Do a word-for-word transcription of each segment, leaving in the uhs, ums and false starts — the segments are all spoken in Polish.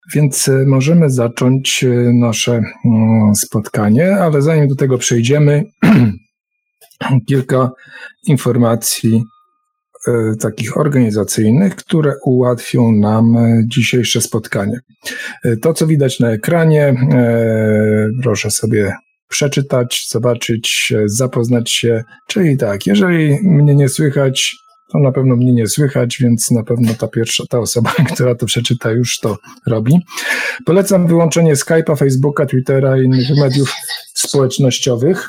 Więc możemy zacząć nasze spotkanie, ale zanim do tego przejdziemy, kilka informacji takich organizacyjnych, które ułatwią nam dzisiejsze spotkanie. To, co widać na ekranie, proszę sobie przeczytać, zobaczyć, zapoznać się, czyli tak, jeżeli mnie nie słychać, to na pewno mnie nie słychać, więc na pewno ta pierwsza, ta osoba, która to przeczyta, już to robi. Polecam wyłączenie Skype'a, Facebooka, Twittera i innych mediów społecznościowych.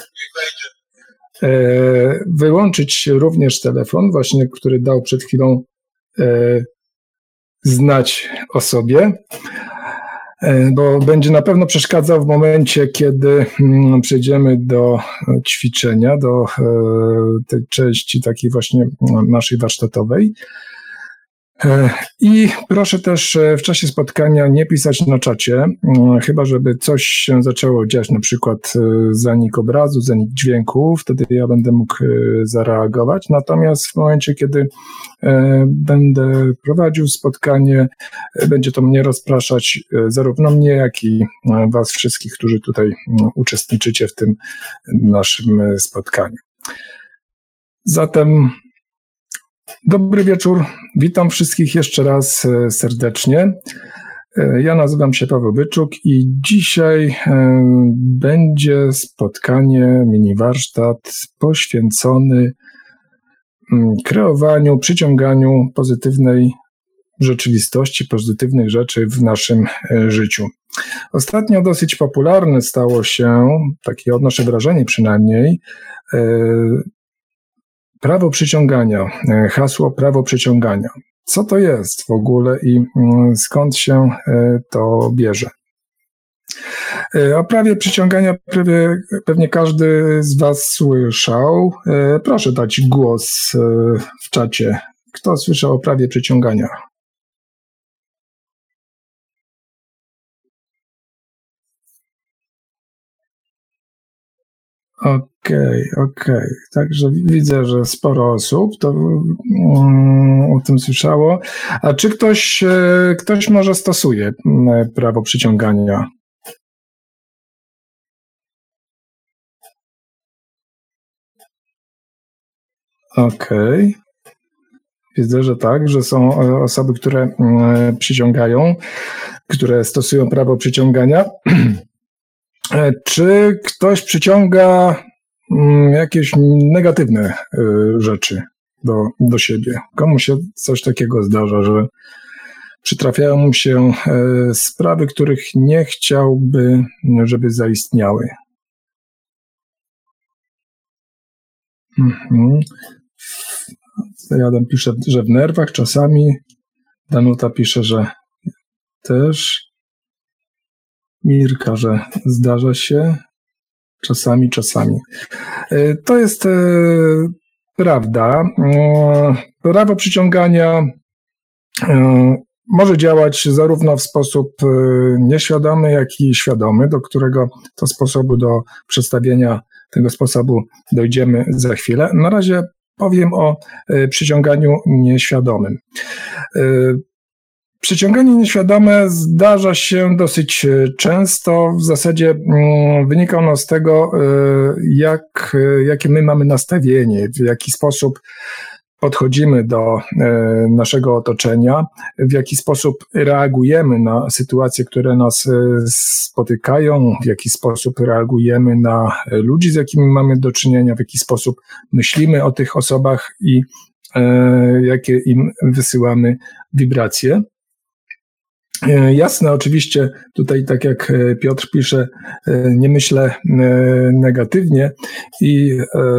Wyłączyć również telefon, właśnie, który dał przed chwilą znać o sobie, bo będzie na pewno przeszkadzał w momencie, kiedy przejdziemy do ćwiczenia, do tej części takiej właśnie naszej warsztatowej. I proszę też w czasie spotkania nie pisać na czacie, chyba żeby coś się zaczęło dziać, na przykład zanik obrazu, zanik dźwięku, wtedy ja będę mógł zareagować. Natomiast w momencie, kiedy będę prowadził spotkanie, będzie to mnie rozpraszać, zarówno mnie, jak i was wszystkich, którzy tutaj uczestniczycie w tym naszym spotkaniu. Zatem dobry wieczór, witam wszystkich jeszcze raz serdecznie. Ja nazywam się Paweł Byczuk i dzisiaj będzie spotkanie, mini warsztat poświęcony kreowaniu, przyciąganiu pozytywnej rzeczywistości, pozytywnych rzeczy w naszym życiu. Ostatnio dosyć popularne stało się, takie odnoszę wrażenie przynajmniej, prawo przyciągania, hasło prawo przyciągania. Co to jest w ogóle i skąd się to bierze? O prawie przyciągania prawie, pewnie każdy z was słyszał. Proszę dać głos w czacie. Kto słyszał o prawie przyciągania? Okej, okay, okej. Okay. Także widzę, że sporo osób to um, o tym słyszało. A czy ktoś, ktoś może stosuje prawo przyciągania? Okej. Okay. Widzę, że tak, że są osoby, które przyciągają, które stosują prawo przyciągania. Czy ktoś przyciąga jakieś negatywne rzeczy do, do siebie? Komu się coś takiego zdarza, że przytrafiają mu się sprawy, których nie chciałby, żeby zaistniały? Mhm. Adam pisze, że w nerwach czasami. Danuta pisze, że też. Mirka, że zdarza się czasami, czasami. To jest e, prawda. Prawo przyciągania e, może działać zarówno w sposób e, nieświadomy, jak i świadomy, do którego to sposobu, do przedstawienia tego sposobu dojdziemy za chwilę. Na razie powiem o e, przyciąganiu nieświadomym. E, Przyciąganie nieświadome zdarza się dosyć często. W zasadzie wynika ono z tego, jak, jakie my mamy nastawienie, w jaki sposób podchodzimy do naszego otoczenia, w jaki sposób reagujemy na sytuacje, które nas spotykają, w jaki sposób reagujemy na ludzi, z jakimi mamy do czynienia, w jaki sposób myślimy o tych osobach i jakie im wysyłamy wibracje. Jasne, oczywiście tutaj, tak jak Piotr pisze, nie myślę negatywnie i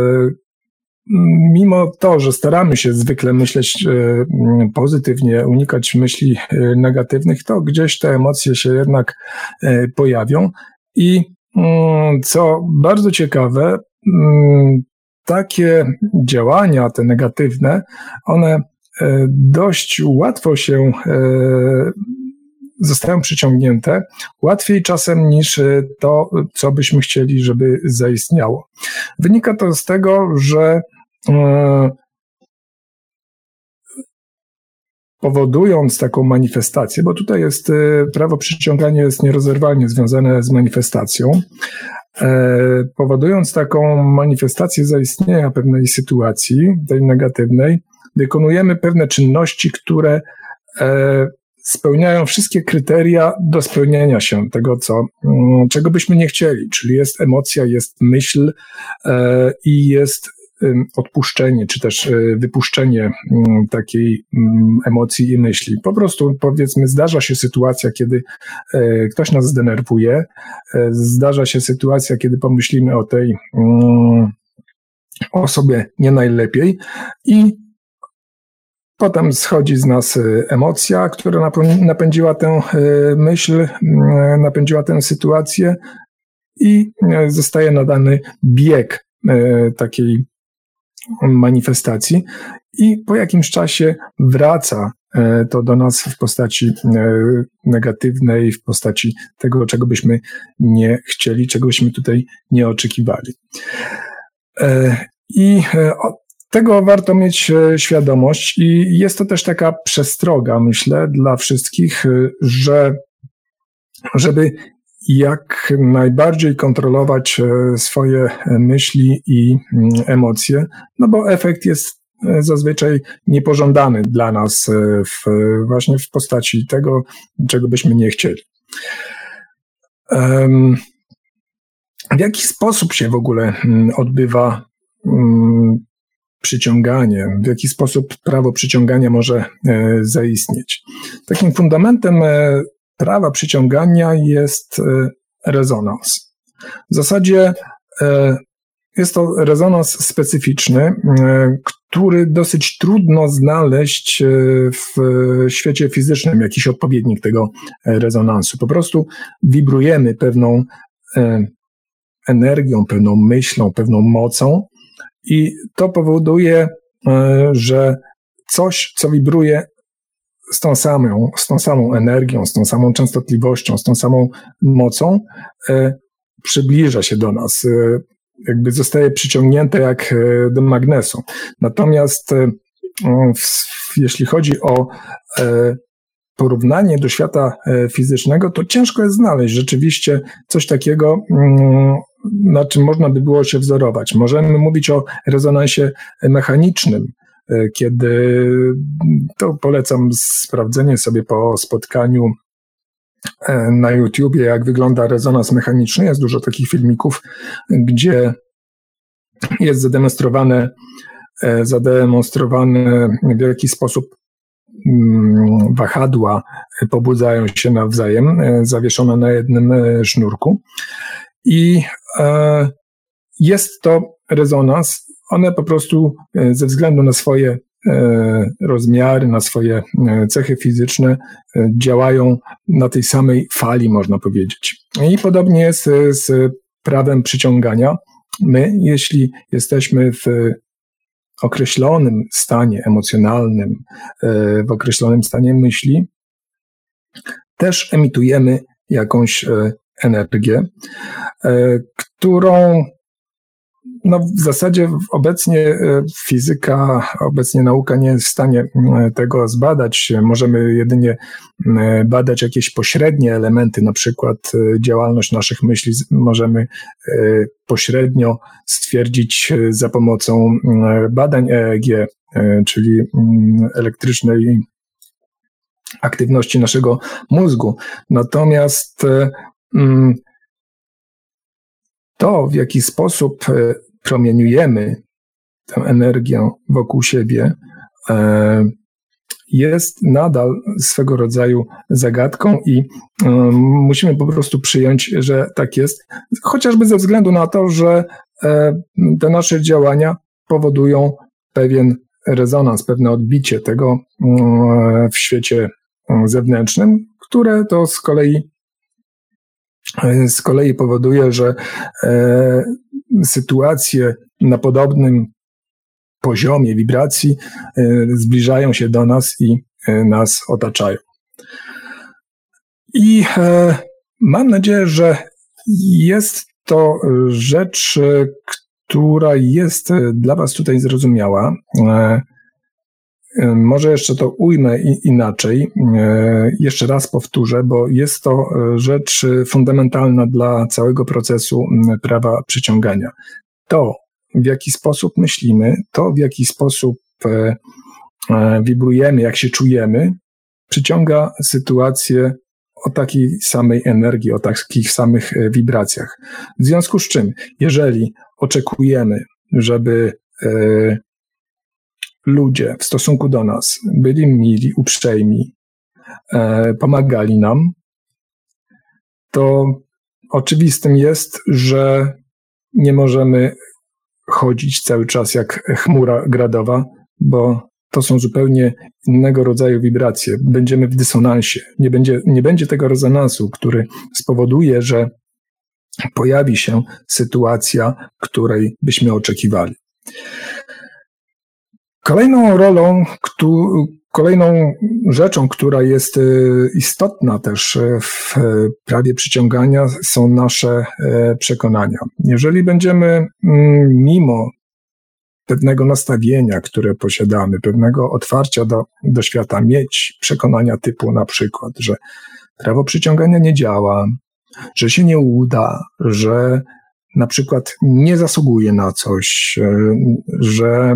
mimo to, że staramy się zwykle myśleć pozytywnie, unikać myśli negatywnych, to gdzieś te emocje się jednak pojawią i co bardzo ciekawe, takie działania, te negatywne, one dość łatwo się zostają przyciągnięte, łatwiej czasem niż to, co byśmy chcieli, żeby zaistniało. Wynika to z tego, że powodując taką manifestację, bo tutaj jest prawo przyciągania jest nierozerwalnie związane z manifestacją, powodując taką manifestację zaistnienia pewnej sytuacji, tej negatywnej, wykonujemy pewne czynności, które spełniają wszystkie kryteria do spełnienia się tego, co, czego byśmy nie chcieli, czyli jest emocja, jest myśl i jest odpuszczenie, czy też wypuszczenie takiej emocji i myśli. Po prostu, powiedzmy, zdarza się sytuacja, kiedy ktoś nas zdenerwuje, zdarza się sytuacja, kiedy pomyślimy o tej osobie nie najlepiej i potem schodzi z nas emocja, która napędziła tę myśl, napędziła tę sytuację i zostaje nadany bieg takiej manifestacji i po jakimś czasie wraca to do nas w postaci negatywnej, w postaci tego, czego byśmy nie chcieli, czego byśmy tutaj nie oczekiwali. I tego warto mieć świadomość i jest to też taka przestroga, myślę, dla wszystkich, że żeby jak najbardziej kontrolować swoje myśli i emocje, no bo efekt jest zazwyczaj niepożądany dla nas w, właśnie w postaci tego, czego byśmy nie chcieli. W jaki sposób się w ogóle odbywa przyciąganie, w jaki sposób prawo przyciągania może zaistnieć? Takim fundamentem prawa przyciągania jest rezonans. W zasadzie jest to rezonans specyficzny, który dosyć trudno znaleźć w świecie fizycznym, jakiś odpowiednik tego rezonansu. Po prostu wibrujemy pewną energią, pewną myślą, pewną mocą i to powoduje, że coś, co wibruje z tą samą, z tą samą energią, z tą samą częstotliwością, z tą samą mocą, e, przybliża się do nas, e, jakby zostaje przyciągnięte jak do magnesu. Natomiast e, w, jeśli chodzi o e, porównanie do świata e, fizycznego, to ciężko jest znaleźć rzeczywiście coś takiego, mm, na czym można by było się wzorować. Możemy mówić o rezonansie mechanicznym, kiedy to polecam sprawdzenie sobie po spotkaniu na YouTubie, jak wygląda rezonans mechaniczny. Jest dużo takich filmików, gdzie jest zademonstrowane, zademonstrowane w jaki sposób wahadła pobudzają się nawzajem, zawieszone na jednym sznurku. I jest to rezonans. One po prostu ze względu na swoje rozmiary, na swoje cechy fizyczne działają na tej samej fali, można powiedzieć. I podobnie jest z prawem przyciągania. My, jeśli jesteśmy w określonym stanie emocjonalnym, w określonym stanie myśli, też emitujemy jakąś energię, którą no w zasadzie obecnie fizyka, obecnie nauka nie jest w stanie tego zbadać. Możemy jedynie badać jakieś pośrednie elementy, na przykład działalność naszych myśli możemy pośrednio stwierdzić za pomocą badań E E G, czyli elektrycznej aktywności naszego mózgu. Natomiast to, w jaki sposób promieniujemy tę energię wokół siebie, jest nadal swego rodzaju zagadką i musimy po prostu przyjąć, że tak jest, chociażby ze względu na to, że te nasze działania powodują pewien rezonans, pewne odbicie tego w świecie zewnętrznym, które to z kolei z kolei powoduje, że e, sytuacje na podobnym poziomie wibracji e, zbliżają się do nas i e, nas otaczają. I e, mam nadzieję, że jest to rzecz, która jest dla Was tutaj zrozumiała. E, Może jeszcze to ujmę inaczej, jeszcze raz powtórzę, bo jest to rzecz fundamentalna dla całego procesu prawa przyciągania. To, w jaki sposób myślimy, to, w jaki sposób wibrujemy, jak się czujemy, przyciąga sytuację o takiej samej energii, o takich samych wibracjach. W związku z czym, jeżeli oczekujemy, żeby ludzie w stosunku do nas byli mili, uprzejmi, pomagali nam, to oczywistym jest, że nie możemy chodzić cały czas jak chmura gradowa, bo to są zupełnie innego rodzaju wibracje. Będziemy w dysonansie. Nie będzie, nie będzie tego rezonansu, który spowoduje, że pojawi się sytuacja, której byśmy oczekiwali. Kolejną rolą, kolejną rzeczą, która jest istotna też w prawie przyciągania, są nasze przekonania. Jeżeli będziemy mimo pewnego nastawienia, które posiadamy, pewnego otwarcia do, do świata, mieć przekonania typu na przykład, że prawo przyciągania nie działa, że się nie uda, że na przykład nie zasługuje na coś, że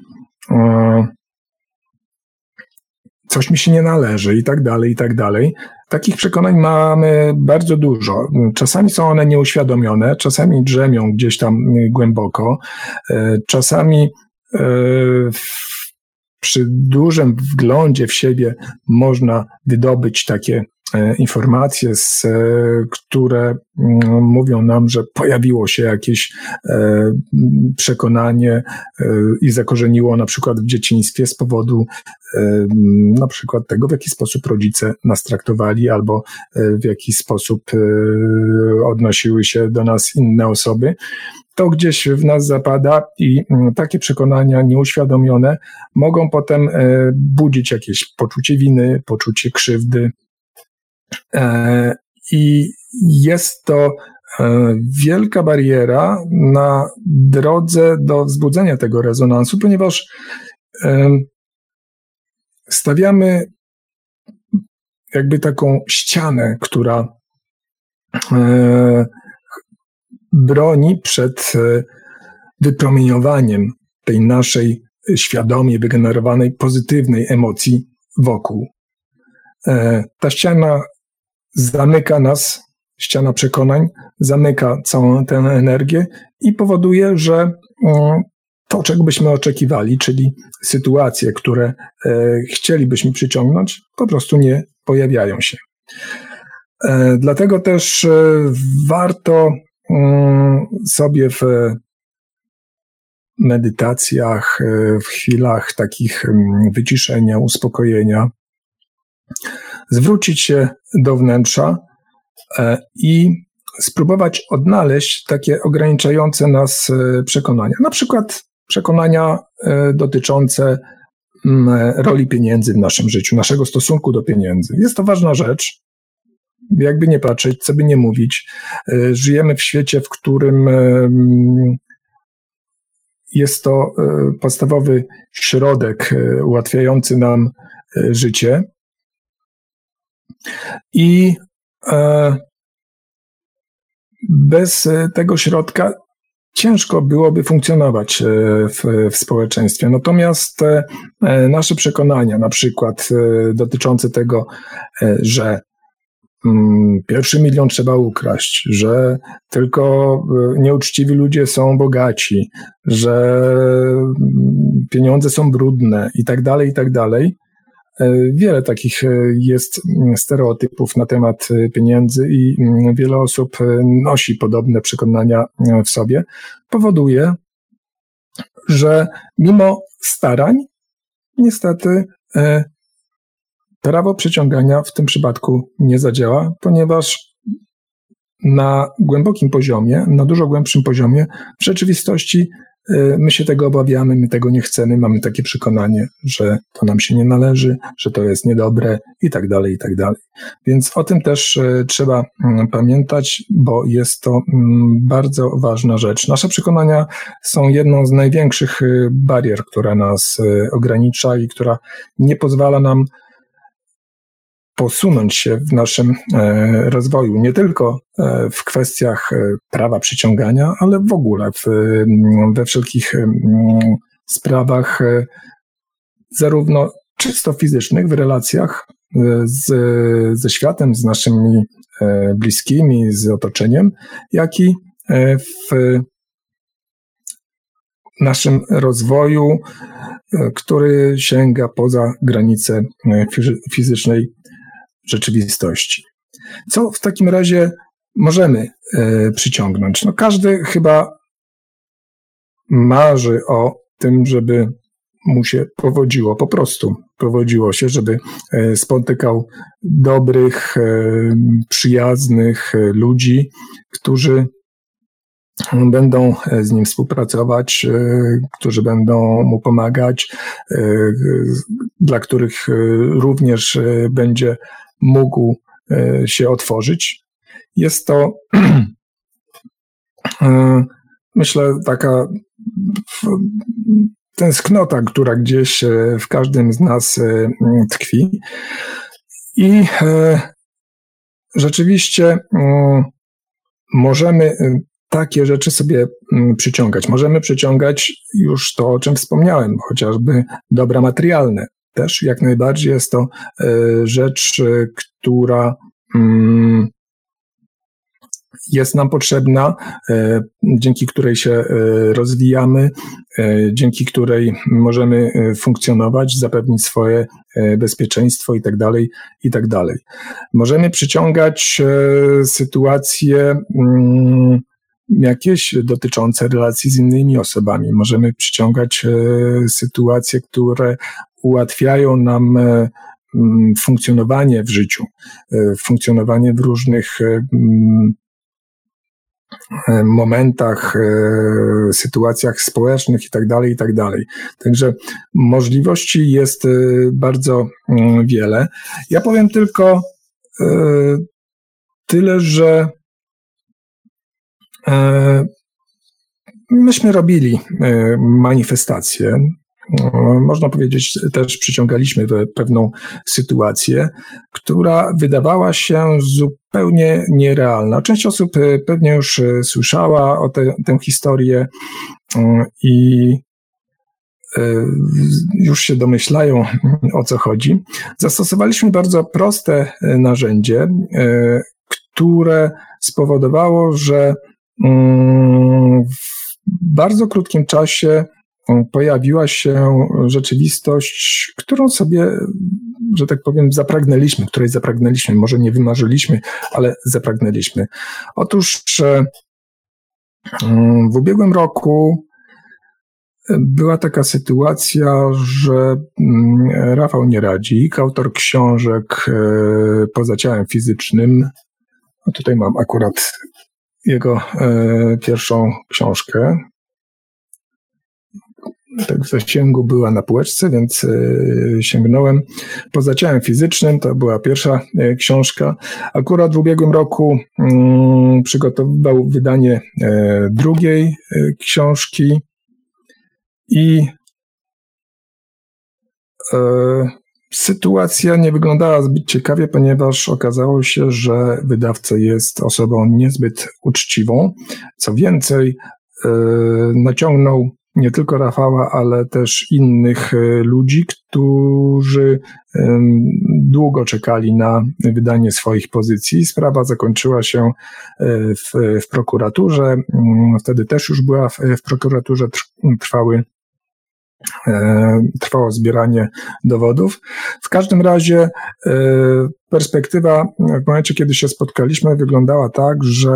coś mi się nie należy i tak dalej, i tak dalej. Takich przekonań mamy bardzo dużo. Czasami są one nieuświadomione, czasami drzemią gdzieś tam głęboko, czasami przy dużym wglądzie w siebie można wydobyć takie informacje, z, które mówią nam, że pojawiło się jakieś przekonanie i zakorzeniło na przykład w dzieciństwie z powodu na przykład tego, w jaki sposób rodzice nas traktowali albo w jaki sposób odnosiły się do nas inne osoby. To gdzieś w nas zapada i takie przekonania nieuświadomione mogą potem budzić jakieś poczucie winy, poczucie krzywdy. I jest to wielka bariera na drodze do wzbudzenia tego rezonansu, ponieważ stawiamy jakby taką ścianę, która broni przed wypromieniowaniem tej naszej świadomie wygenerowanej pozytywnej emocji wokół. Ta ściana zamyka nas, ściana przekonań, zamyka całą tę energię i powoduje, że to, czego byśmy oczekiwali, czyli sytuacje, które chcielibyśmy przyciągnąć, po prostu nie pojawiają się. Dlatego też warto sobie w medytacjach, w chwilach takich wyciszenia, uspokojenia, zwrócić się do wnętrza i spróbować odnaleźć takie ograniczające nas przekonania. Na przykład przekonania dotyczące roli pieniędzy w naszym życiu, naszego stosunku do pieniędzy. Jest to ważna rzecz, jakby nie patrzeć, co by nie mówić. Żyjemy w świecie, w którym jest to podstawowy środek ułatwiający nam życie. I bez tego środka ciężko byłoby funkcjonować w, w społeczeństwie. Natomiast nasze przekonania, na przykład dotyczące tego, że pierwszy milion trzeba ukraść, że tylko nieuczciwi ludzie są bogaci, że pieniądze są brudne i tak dalej, i tak dalej. Wiele takich jest stereotypów na temat pieniędzy i wiele osób nosi podobne przekonania w sobie. Powoduje, że mimo starań niestety prawo przyciągania w tym przypadku nie zadziała, ponieważ na głębokim poziomie, na dużo głębszym poziomie w rzeczywistości my się tego obawiamy, my tego nie chcemy, mamy takie przekonanie, że to nam się nie należy, że to jest niedobre i tak dalej, i tak dalej. Więc o tym też trzeba pamiętać, bo jest to bardzo ważna rzecz. Nasze przekonania są jedną z największych barier, która nas ogranicza i która nie pozwala nam posunąć się w naszym rozwoju, nie tylko w kwestiach prawa przyciągania, ale w ogóle w, we wszelkich sprawach zarówno czysto fizycznych w relacjach z, ze światem, z naszymi bliskimi, z otoczeniem, jak i w naszym rozwoju, który sięga poza granice fizycznej rzeczywistości. Co w takim razie możemy e, przyciągnąć? No każdy chyba marzy o tym, żeby mu się powodziło, po prostu powodziło się, żeby e, spotykał dobrych, e, przyjaznych e, ludzi, którzy będą z nim współpracować, którzy będą mu pomagać, dla których również będzie mógł się otworzyć. Jest to, myślę, taka tęsknota, która gdzieś w każdym z nas tkwi. I rzeczywiście możemy takie rzeczy sobie przyciągać. Możemy przyciągać już to, o czym wspomniałem, chociażby dobra materialne. Też jak najbardziej jest to rzecz, która jest nam potrzebna, dzięki której się rozwijamy, dzięki której możemy funkcjonować, zapewnić swoje bezpieczeństwo i tak dalej, i tak dalej. Możemy przyciągać sytuacje jakieś dotyczące relacji z innymi osobami. Możemy przyciągać sytuacje, które ułatwiają nam funkcjonowanie w życiu, funkcjonowanie w różnych momentach, sytuacjach społecznych i tak dalej, i tak dalej. Także możliwości jest bardzo wiele. Ja powiem tylko tyle, że myśmy robili manifestacje. Można powiedzieć, też przyciągaliśmy pewną sytuację, która wydawała się zupełnie nierealna. Część osób pewnie już słyszała o te, tę historię i już się domyślają, o co chodzi. Zastosowaliśmy bardzo proste narzędzie, które spowodowało, że w bardzo krótkim czasie pojawiła się rzeczywistość, którą sobie, że tak powiem, zapragnęliśmy, której zapragnęliśmy. Może nie wymarzyliśmy, ale zapragnęliśmy. Otóż w ubiegłym roku była taka sytuacja, że Rafał Nieradzik, autor książek Poza ciałem fizycznym, a tutaj mam akurat jego pierwszą książkę, tak w zasięgu była na półeczce, więc sięgnąłem. Poza ciałem fizycznym to była pierwsza książka. Akurat w ubiegłym roku przygotowywał wydanie drugiej książki i sytuacja nie wyglądała zbyt ciekawie, ponieważ okazało się, że wydawca jest osobą niezbyt uczciwą. Co więcej, naciągnął nie tylko Rafała, ale też innych ludzi, którzy długo czekali na wydanie swoich pozycji. Sprawa zakończyła się w, w prokuraturze. Wtedy też już była w, w prokuraturze, trwały trwało zbieranie dowodów. W każdym razie perspektywa w momencie, kiedy się spotkaliśmy, wyglądała tak, że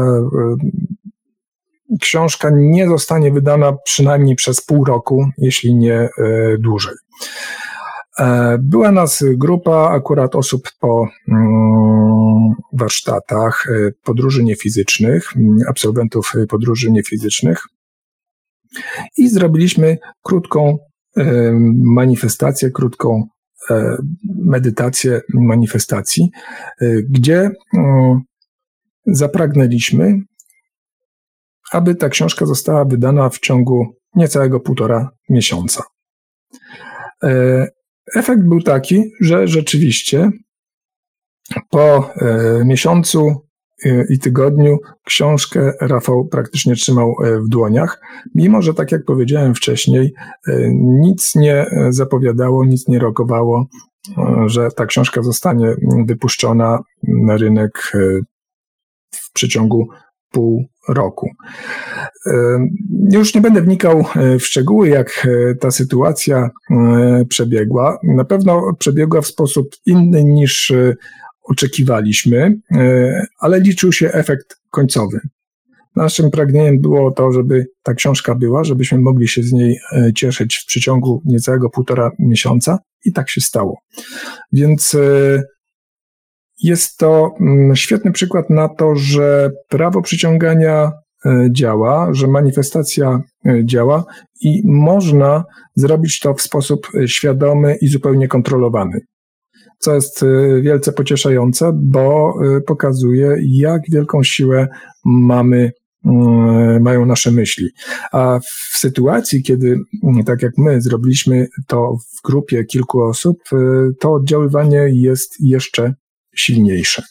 książka nie zostanie wydana przynajmniej przez pół roku, jeśli nie dłużej. Była nas grupa akurat osób po warsztatach podróży niefizycznych, absolwentów podróży niefizycznych. I zrobiliśmy krótką manifestację, krótką medytację manifestacji, gdzie zapragnęliśmy, aby ta książka została wydana w ciągu niecałego półtora miesiąca. Efekt był taki, że rzeczywiście po miesiącu i tygodniu książkę Rafał praktycznie trzymał w dłoniach, mimo że, tak jak powiedziałem wcześniej, nic nie zapowiadało, nic nie rokowało, że ta książka zostanie wypuszczona na rynek w przeciągu pół roku. Już nie będę wnikał w szczegóły, jak ta sytuacja przebiegła. Na pewno przebiegła w sposób inny niż oczekiwaliśmy, ale liczył się efekt końcowy. Naszym pragnieniem było to, żeby ta książka była, żebyśmy mogli się z niej cieszyć w przeciągu niecałego półtora miesiąca i tak się stało. Więc jest to świetny przykład na to, że prawo przyciągania działa, że manifestacja działa i można zrobić to w sposób świadomy i zupełnie kontrolowany. Co jest wielce pocieszające, bo pokazuje, jak wielką siłę mamy, mają nasze myśli. A w sytuacji, kiedy, tak jak my, zrobiliśmy to w grupie kilku osób, to oddziaływanie jest jeszcze silniejsze.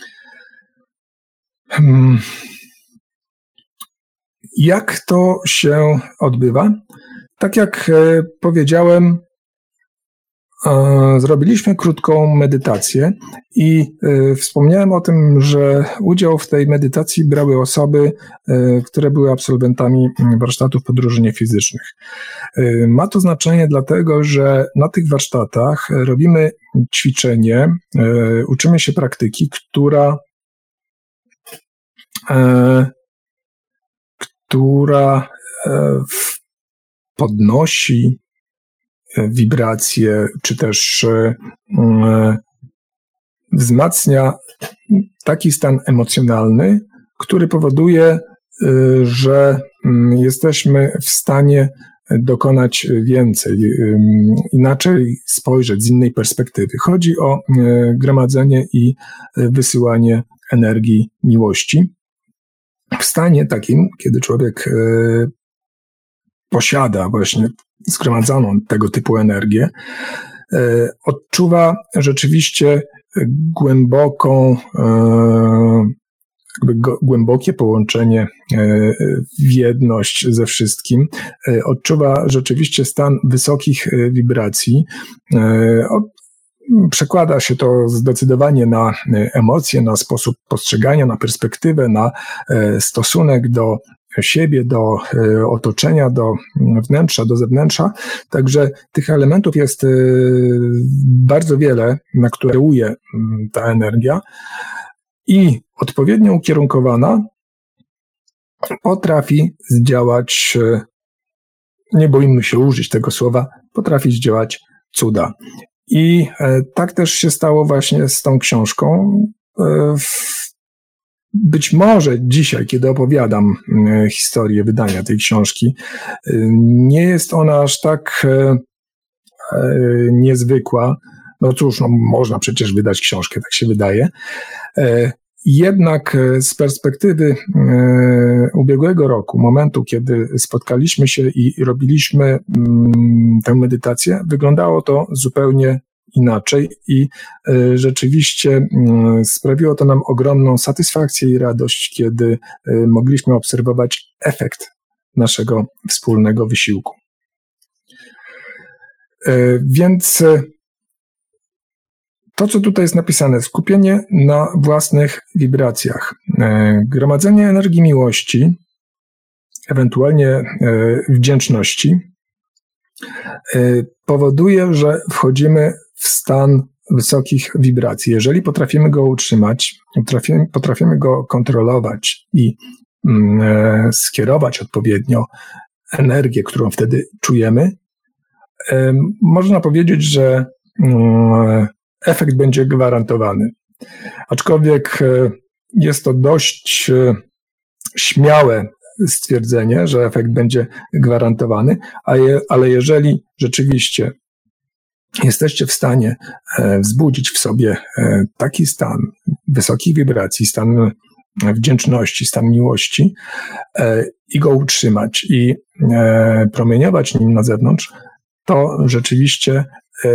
Jak to się odbywa? Tak jak powiedziałem, zrobiliśmy krótką medytację i wspomniałem o tym, że udział w tej medytacji brały osoby, które były absolwentami warsztatów podróży niefizycznych. Ma to znaczenie dlatego, że na tych warsztatach robimy ćwiczenie, uczymy się praktyki, która, która podnosi wibracje, czy też wzmacnia taki stan emocjonalny, który powoduje, że jesteśmy w stanie dokonać więcej, inaczej spojrzeć z innej perspektywy. Chodzi o gromadzenie i wysyłanie energii miłości. W stanie takim, kiedy człowiek posiada właśnie zgromadzoną tego typu energię, odczuwa rzeczywiście głęboką, jakby głębokie połączenie w jedność ze wszystkim, odczuwa rzeczywiście stan wysokich wibracji. Przekłada się to zdecydowanie na emocje, na sposób postrzegania, na perspektywę, na stosunek do siebie, do otoczenia, do wnętrza, do zewnętrza. Także tych elementów jest bardzo wiele, na które reaguje ta energia i odpowiednio ukierunkowana potrafi zdziałać, nie boimy się użyć tego słowa, potrafi zdziałać cuda. I tak też się stało właśnie z tą książką. Być może dzisiaj, kiedy opowiadam historię wydania tej książki, nie jest ona aż tak niezwykła. No cóż, no można przecież wydać książkę, tak się wydaje. Jednak z perspektywy ubiegłego roku, momentu, kiedy spotkaliśmy się i robiliśmy tę medytację, wyglądało to zupełnie inaczej i rzeczywiście sprawiło to nam ogromną satysfakcję i radość, kiedy mogliśmy obserwować efekt naszego wspólnego wysiłku. Więc to, co tutaj jest napisane, skupienie na własnych wibracjach, gromadzenie energii miłości, ewentualnie wdzięczności, powoduje, że wchodzimy w stan wysokich wibracji. Jeżeli potrafimy go utrzymać, potrafimy, potrafimy go kontrolować i skierować odpowiednio energię, którą wtedy czujemy, można powiedzieć, że efekt będzie gwarantowany. Aczkolwiek jest to dość śmiałe stwierdzenie, że efekt będzie gwarantowany, ale jeżeli rzeczywiście jesteście w stanie wzbudzić w sobie taki stan wysokich wibracji, stan wdzięczności, stan miłości i go utrzymać i promieniować nim na zewnątrz, to rzeczywiście,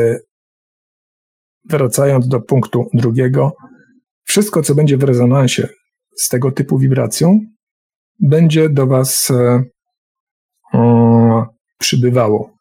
wracając do punktu drugiego, wszystko, co będzie w rezonansie z tego typu wibracją, będzie do was przybywało.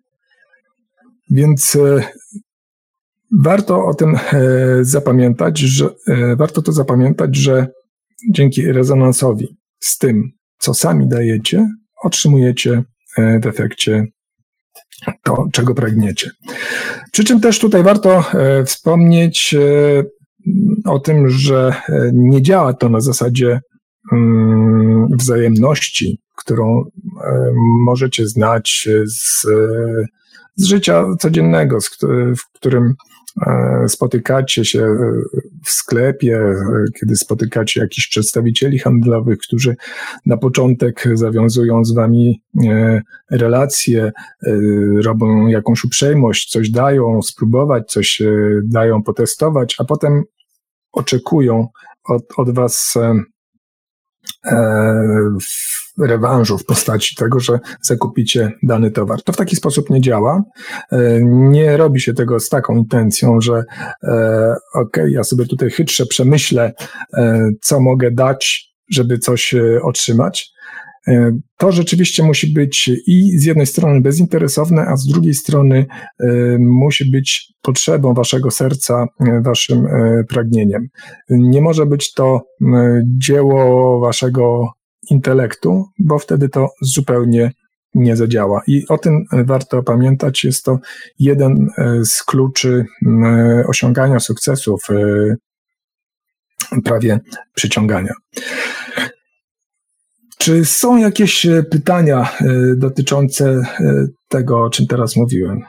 Więc warto o tym zapamiętać, że warto to zapamiętać, że dzięki rezonansowi z tym, co sami dajecie, otrzymujecie w efekcie to, czego pragniecie. Przy czym też tutaj warto wspomnieć o tym, że nie działa to na zasadzie wzajemności, którą możecie znać z, z życia codziennego, w którym spotykacie się w sklepie, kiedy spotykacie jakichś przedstawicieli handlowych, którzy na początek zawiązują z wami relacje, robią jakąś uprzejmość, coś dają spróbować, coś dają potestować, a potem oczekują od, od was rewanżu w postaci tego, że zakupicie dany towar. To w taki sposób nie działa. Nie robi się tego z taką intencją, że okej, okay, ja sobie tutaj chytrze przemyślę, co mogę dać, żeby coś otrzymać. To rzeczywiście musi być i z jednej strony bezinteresowne, a z drugiej strony musi być potrzebą waszego serca, waszym pragnieniem. Nie może być to dzieło waszego intelektu, bo wtedy to zupełnie nie zadziała. I o tym warto pamiętać. Jest to jeden z kluczy osiągania sukcesu w prawie przyciągania. Czy są jakieś pytania dotyczące tego, o czym teraz mówiłem?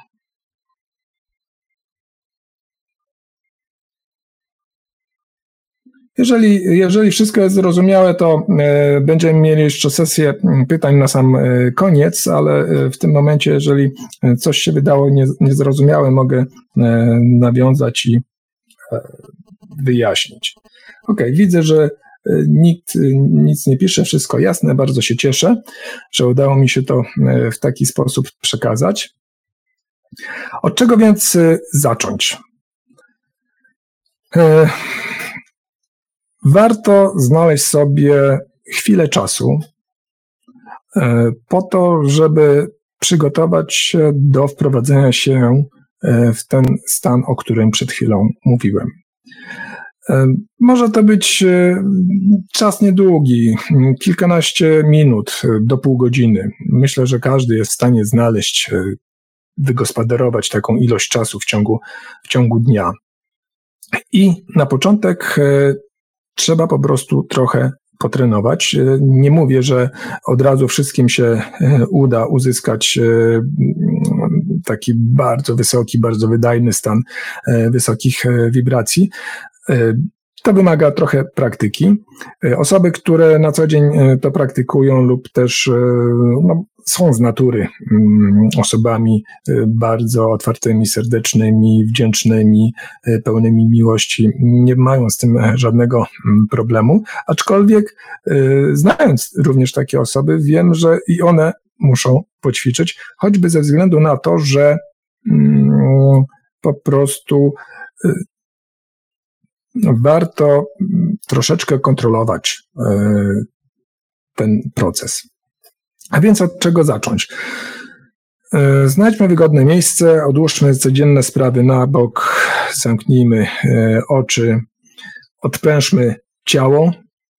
Jeżeli, jeżeli wszystko jest zrozumiałe, to będziemy mieli jeszcze sesję pytań na sam koniec, ale w tym momencie, jeżeli coś się wydało niezrozumiałe, mogę nawiązać i wyjaśnić. Ok, widzę, że nikt nic nie pisze, wszystko jasne, bardzo się cieszę, że udało mi się to w taki sposób przekazać. Od czego więc zacząć? Warto znaleźć sobie chwilę czasu po to, żeby przygotować się do wprowadzenia się w ten stan, o którym przed chwilą mówiłem. Może to być czas niedługi, kilkanaście minut do pół godziny. Myślę, że każdy jest w stanie znaleźć, wygospodarować taką ilość czasu w ciągu, w ciągu dnia. I na początek trzeba po prostu trochę potrenować. Nie mówię, że od razu wszystkim się uda uzyskać taki bardzo wysoki, bardzo wydajny stan wysokich wibracji. To wymaga trochę praktyki. Osoby, które na co dzień to praktykują lub też no, są z natury osobami bardzo otwartymi, serdecznymi, wdzięcznymi, pełnymi miłości, nie mają z tym żadnego problemu, aczkolwiek znając również takie osoby, wiem, że i one muszą poćwiczyć, choćby ze względu na to, że po prostu warto troszeczkę kontrolować ten proces. A więc od czego zacząć? Znajdźmy wygodne miejsce, odłóżmy codzienne sprawy na bok, zamknijmy oczy, odprężmy ciało.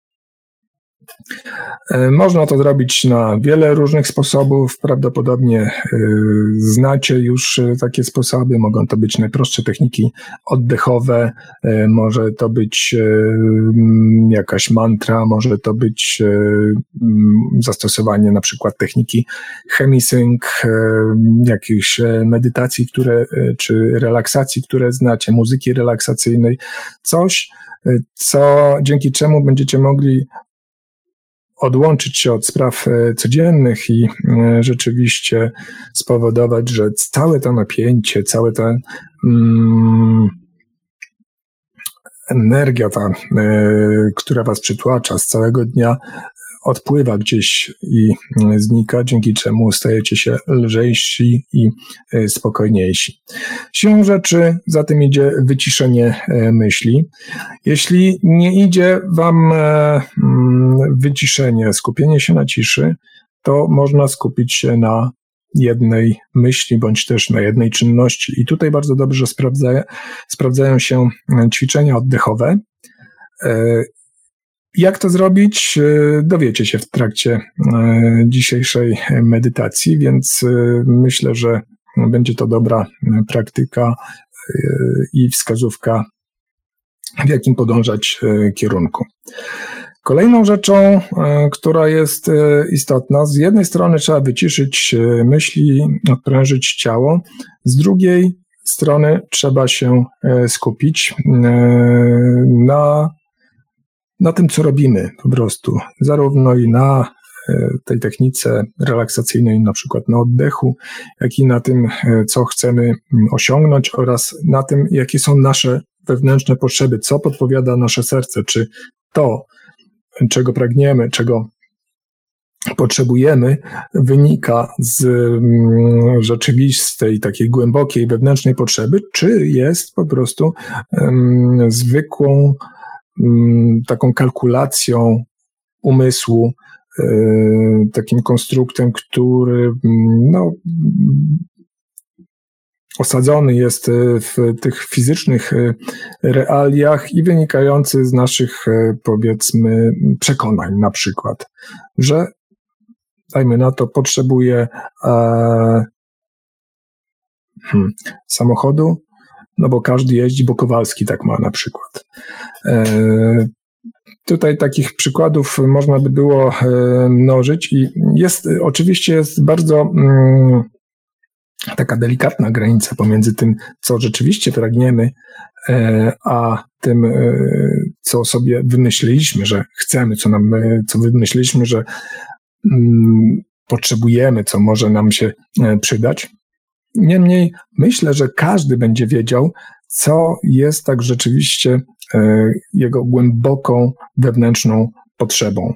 Można to zrobić na wiele różnych sposobów, prawdopodobnie znacie już takie sposoby, mogą to być najprostsze techniki oddechowe, może to być jakaś mantra, może to być zastosowanie na przykład techniki chemisync, jakichś medytacji, które, czy relaksacji, które znacie, muzyki relaksacyjnej, coś, co dzięki czemu będziecie mogli odłączyć się od spraw codziennych i rzeczywiście spowodować, że całe to napięcie, całe to mm, energia ta, która was przytłacza z całego dnia, odpływa gdzieś i znika, dzięki czemu stajecie się lżejsi i spokojniejsi. Siłą rzeczy za tym idzie wyciszenie myśli. Jeśli nie idzie wam wyciszenie, skupienie się na ciszy, to można skupić się na jednej myśli, bądź też na jednej czynności. I tutaj bardzo dobrze sprawdza, sprawdzają się ćwiczenia oddechowe. Jak to zrobić, dowiecie się w trakcie dzisiejszej medytacji, więc myślę, że będzie to dobra praktyka i wskazówka, w jakim podążać kierunku. Kolejną rzeczą, która jest istotna, z jednej strony trzeba wyciszyć myśli, odprężyć ciało, z drugiej strony trzeba się skupić na na tym, co robimy po prostu, zarówno i na tej technice relaksacyjnej, na przykład na oddechu, jak i na tym, co chcemy osiągnąć oraz na tym, jakie są nasze wewnętrzne potrzeby, co podpowiada nasze serce, czy to, czego pragniemy, czego potrzebujemy, wynika z rzeczywistej, takiej głębokiej wewnętrznej potrzeby, czy jest po prostu um, zwykłą taką kalkulacją umysłu, takim konstruktem, który no, osadzony jest w tych fizycznych realiach i wynikający z naszych, powiedzmy, przekonań na przykład, że dajmy na to, potrzebuję e, hmm, samochodu, no bo każdy jeździ, bo Kowalski tak ma na przykład. E, tutaj takich przykładów można by było e, mnożyć i jest, oczywiście jest bardzo mm, taka delikatna granica pomiędzy tym, co rzeczywiście pragniemy, e, a tym, e, co sobie wymyśliliśmy, że chcemy, co nam, co wymyśliliśmy, że mm, potrzebujemy, co może nam się e, przydać. Niemniej myślę, że każdy będzie wiedział, co jest tak rzeczywiście e, jego głęboką wewnętrzną potrzebą.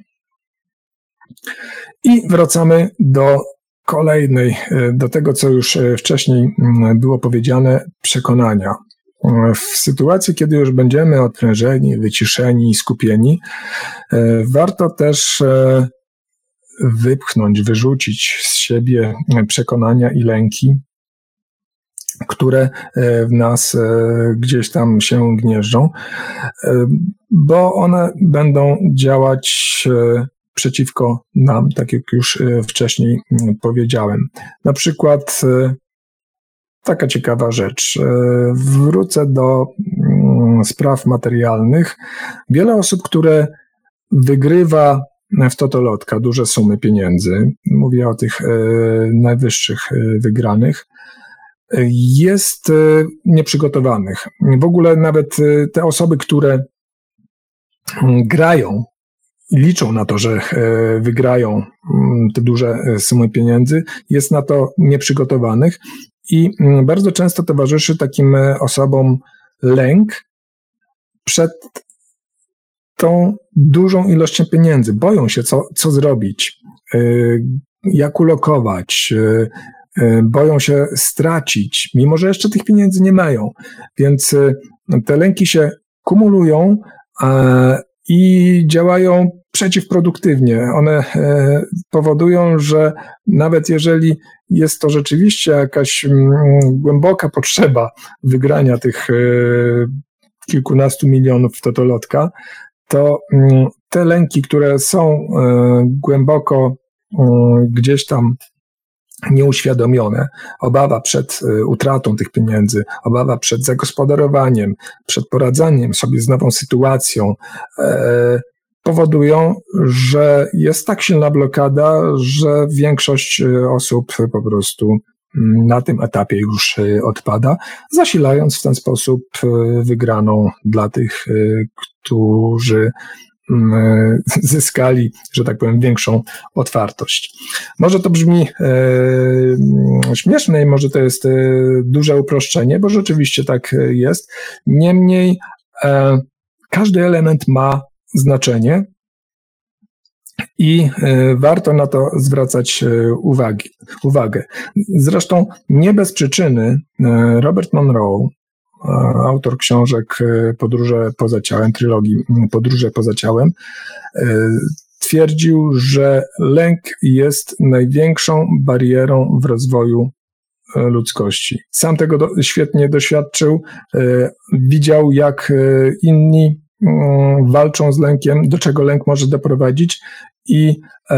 I wracamy do kolejnej, e, do tego, co już wcześniej było powiedziane, przekonania. W sytuacji, kiedy już będziemy odprężeni, wyciszeni, skupieni, e, warto też e, wypchnąć, wyrzucić z siebie przekonania i lęki, które w nas gdzieś tam się gnieżdżą, bo one będą działać przeciwko nam, tak jak już wcześniej powiedziałem. Na przykład taka ciekawa rzecz. Wrócę do spraw materialnych. Wiele osób, które wygrywa w totolotka duże sumy pieniędzy, mówię o tych najwyższych wygranych, jest nieprzygotowanych. W ogóle nawet te osoby, które grają i liczą na to, że wygrają te duże sumy pieniędzy, jest na to nieprzygotowanych i bardzo często towarzyszy takim osobom lęk przed tą dużą ilością pieniędzy. Boją się, co, co zrobić, jak ulokować, boją się stracić, mimo że jeszcze tych pieniędzy nie mają. Więc te lęki się kumulują i działają przeciwproduktywnie. One powodują, że nawet jeżeli jest to rzeczywiście jakaś głęboka potrzeba wygrania tych kilkunastu milionów w totolotka, to te lęki, które są głęboko gdzieś tam nieuświadomione, obawa przed utratą tych pieniędzy, obawa przed zagospodarowaniem, przed poradzaniem sobie z nową sytuacją, e, powodują, że jest tak silna blokada, że większość osób po prostu na tym etapie już odpada, zasilając w ten sposób wygraną dla tych, którzy zyskali, że tak powiem, większą otwartość. Może to brzmi śmieszne i może to jest duże uproszczenie, bo rzeczywiście tak jest. Niemniej każdy element ma znaczenie i warto na to zwracać uwagi, uwagę. Zresztą nie bez przyczyny Robert Monroe, autor książek Podróże poza ciałem, trylogii Podróże poza ciałem, twierdził, że lęk jest największą barierą w rozwoju ludzkości. Sam tego do, świetnie doświadczył, widział, jak inni walczą z lękiem, do czego lęk może doprowadzić i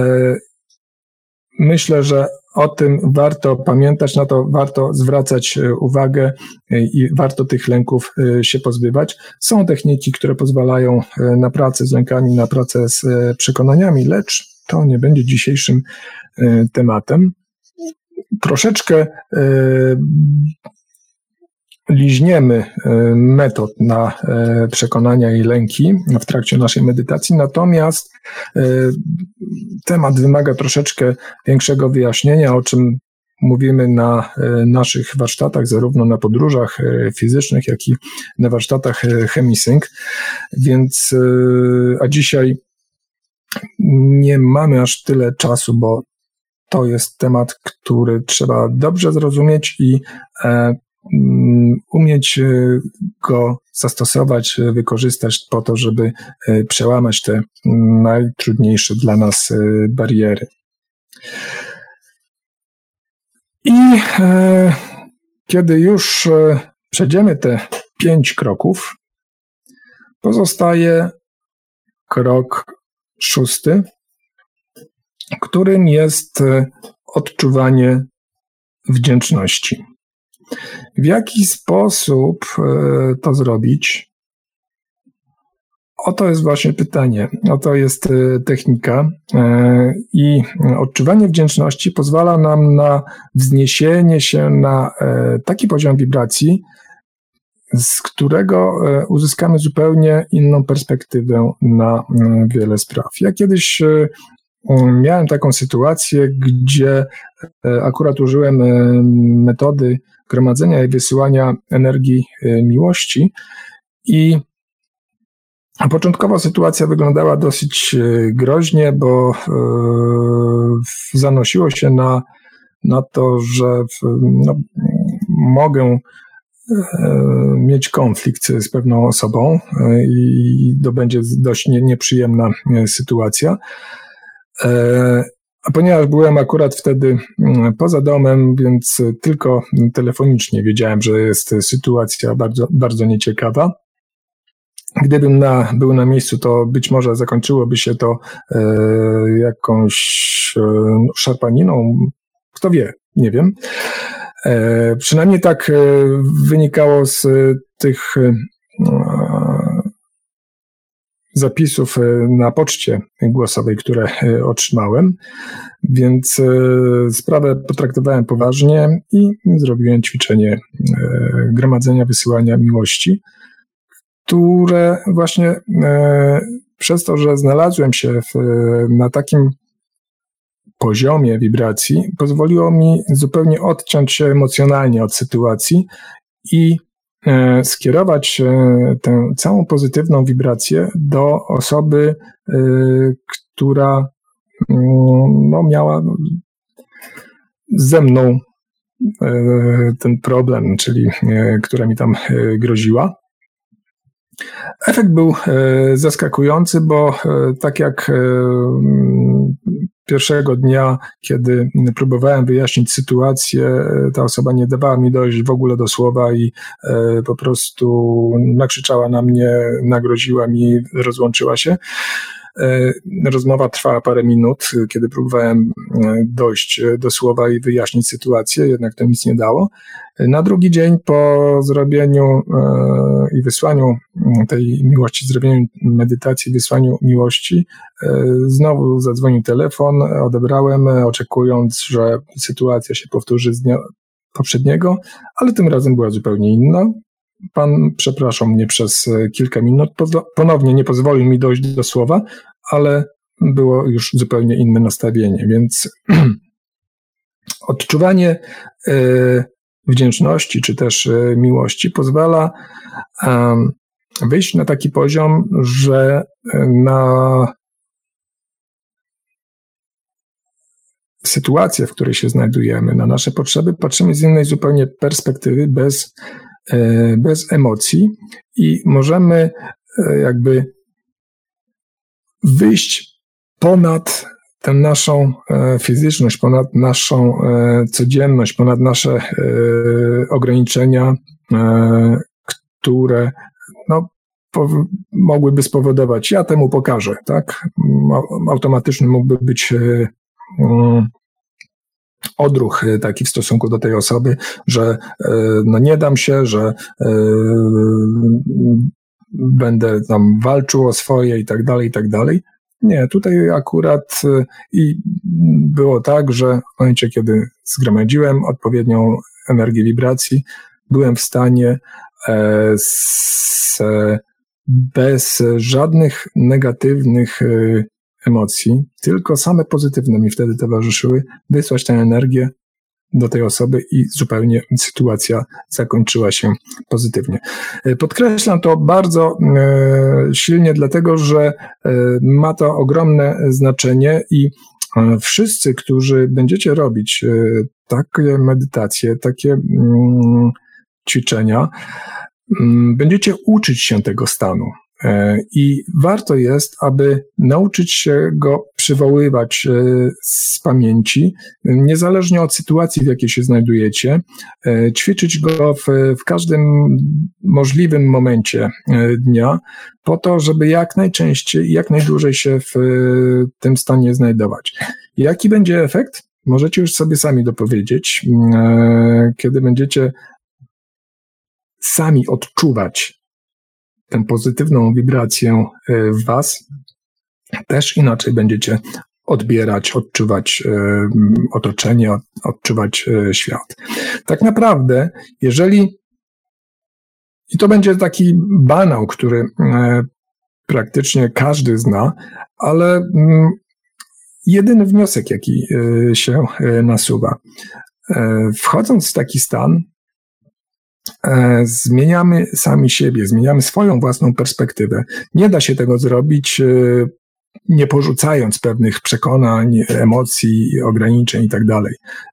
myślę, że o tym warto pamiętać, na to warto zwracać uwagę i warto tych lęków się pozbywać. Są techniki, które pozwalają na pracę z lękami, na pracę z przekonaniami, lecz to nie będzie dzisiejszym tematem. Troszeczkę liźniemy metod na przekonania i lęki w trakcie naszej medytacji, natomiast temat wymaga troszeczkę większego wyjaśnienia, o czym mówimy na naszych warsztatach, zarówno na podróżach fizycznych, jak i na warsztatach Chemisync, więc a dzisiaj nie mamy aż tyle czasu, bo to jest temat, który trzeba dobrze zrozumieć i umieć go zastosować, wykorzystać po to, żeby przełamać te najtrudniejsze dla nas bariery. I kiedy już przejdziemy te pięć kroków, pozostaje krok szósty, którym jest odczuwanie wdzięczności. W jaki sposób to zrobić? Oto jest właśnie pytanie, oto jest technika i odczuwanie wdzięczności pozwala nam na wzniesienie się na taki poziom wibracji, z którego uzyskamy zupełnie inną perspektywę na wiele spraw. Ja kiedyś miałem taką sytuację, gdzie akurat użyłem metody gromadzenia i wysyłania energii miłości i początkowo sytuacja wyglądała dosyć groźnie, bo zanosiło się na, na to, że no, mogę mieć konflikt z pewną osobą i to będzie dość nie, nieprzyjemna sytuacja. A ponieważ byłem akurat wtedy poza domem, więc tylko telefonicznie wiedziałem, że jest sytuacja bardzo, bardzo nieciekawa. Gdybym na, był na miejscu, to być może zakończyłoby się to e, jakąś e, szarpaniną. Kto wie, nie wiem. E, przynajmniej tak e, wynikało z tych e, zapisów na poczcie głosowej, które otrzymałem, więc sprawę potraktowałem poważnie i zrobiłem ćwiczenie gromadzenia, wysyłania miłości, które właśnie przez to, że znalazłem się w, na takim poziomie wibracji, pozwoliło mi zupełnie odciąć się emocjonalnie od sytuacji i skierować tę całą pozytywną wibrację do osoby, która no, miała ze mną ten problem, czyli która mi tam groziła. Efekt był zaskakujący, bo tak jak pierwszego dnia, kiedy próbowałem wyjaśnić sytuację, ta osoba nie dawała mi dojść w ogóle do słowa i po prostu nakrzyczała na mnie, nagroziła mi, rozłączyła się. Rozmowa trwała parę minut, kiedy próbowałem dojść do słowa i wyjaśnić sytuację, jednak to nic nie dało. Na drugi dzień po zrobieniu i wysłaniu tej miłości, zrobieniu medytacji, wysłaniu miłości, znowu zadzwonił telefon, odebrałem, oczekując, że sytuacja się powtórzy z dnia poprzedniego, ale tym razem była zupełnie inna. pan przepraszał mnie przez kilka minut, ponownie nie pozwolił mi dojść do słowa, ale było już zupełnie inne nastawienie, więc odczuwanie wdzięczności czy też miłości pozwala wyjść na taki poziom, że na sytuację, w której się znajdujemy, na nasze potrzeby patrzymy z innej zupełnie perspektywy, bez, bez emocji i możemy jakby wyjść ponad tę naszą fizyczność, ponad naszą codzienność, ponad nasze ograniczenia, które no, po, mogłyby spowodować, ja temu pokażę, tak? Automatyczny mógłby być odruch taki w stosunku do tej osoby, że no nie dam się, że będę tam walczył o swoje i tak dalej, i tak dalej. Nie, tutaj akurat i było tak, że w momencie, kiedy zgromadziłem odpowiednią energię wibracji, byłem w stanie z, bez żadnych negatywnych emocji, tylko same pozytywne mi wtedy towarzyszyły, wysłać tę energię do tej osoby i zupełnie sytuacja zakończyła się pozytywnie. Podkreślam to bardzo silnie, dlatego że ma to ogromne znaczenie i wszyscy, którzy będziecie robić takie medytacje, takie ćwiczenia, będziecie uczyć się tego stanu. I warto jest, aby nauczyć się go przywoływać z pamięci, niezależnie od sytuacji, w jakiej się znajdujecie, ćwiczyć go w, w każdym możliwym momencie dnia, po to, żeby jak najczęściej i jak najdłużej się w tym stanie znajdować. Jaki będzie efekt? Możecie już sobie sami dopowiedzieć, kiedy będziecie sami odczuwać tę pozytywną wibrację w was, też inaczej będziecie odbierać, odczuwać otoczenie, odczuwać świat. Tak naprawdę, jeżeli, i to będzie taki banał, który praktycznie każdy zna, ale jedyny wniosek, jaki się nasuwa. Wchodząc w taki stan, zmieniamy sami siebie, zmieniamy swoją własną perspektywę. Nie da się tego zrobić, nie porzucając pewnych przekonań, emocji, ograniczeń i tak dalej.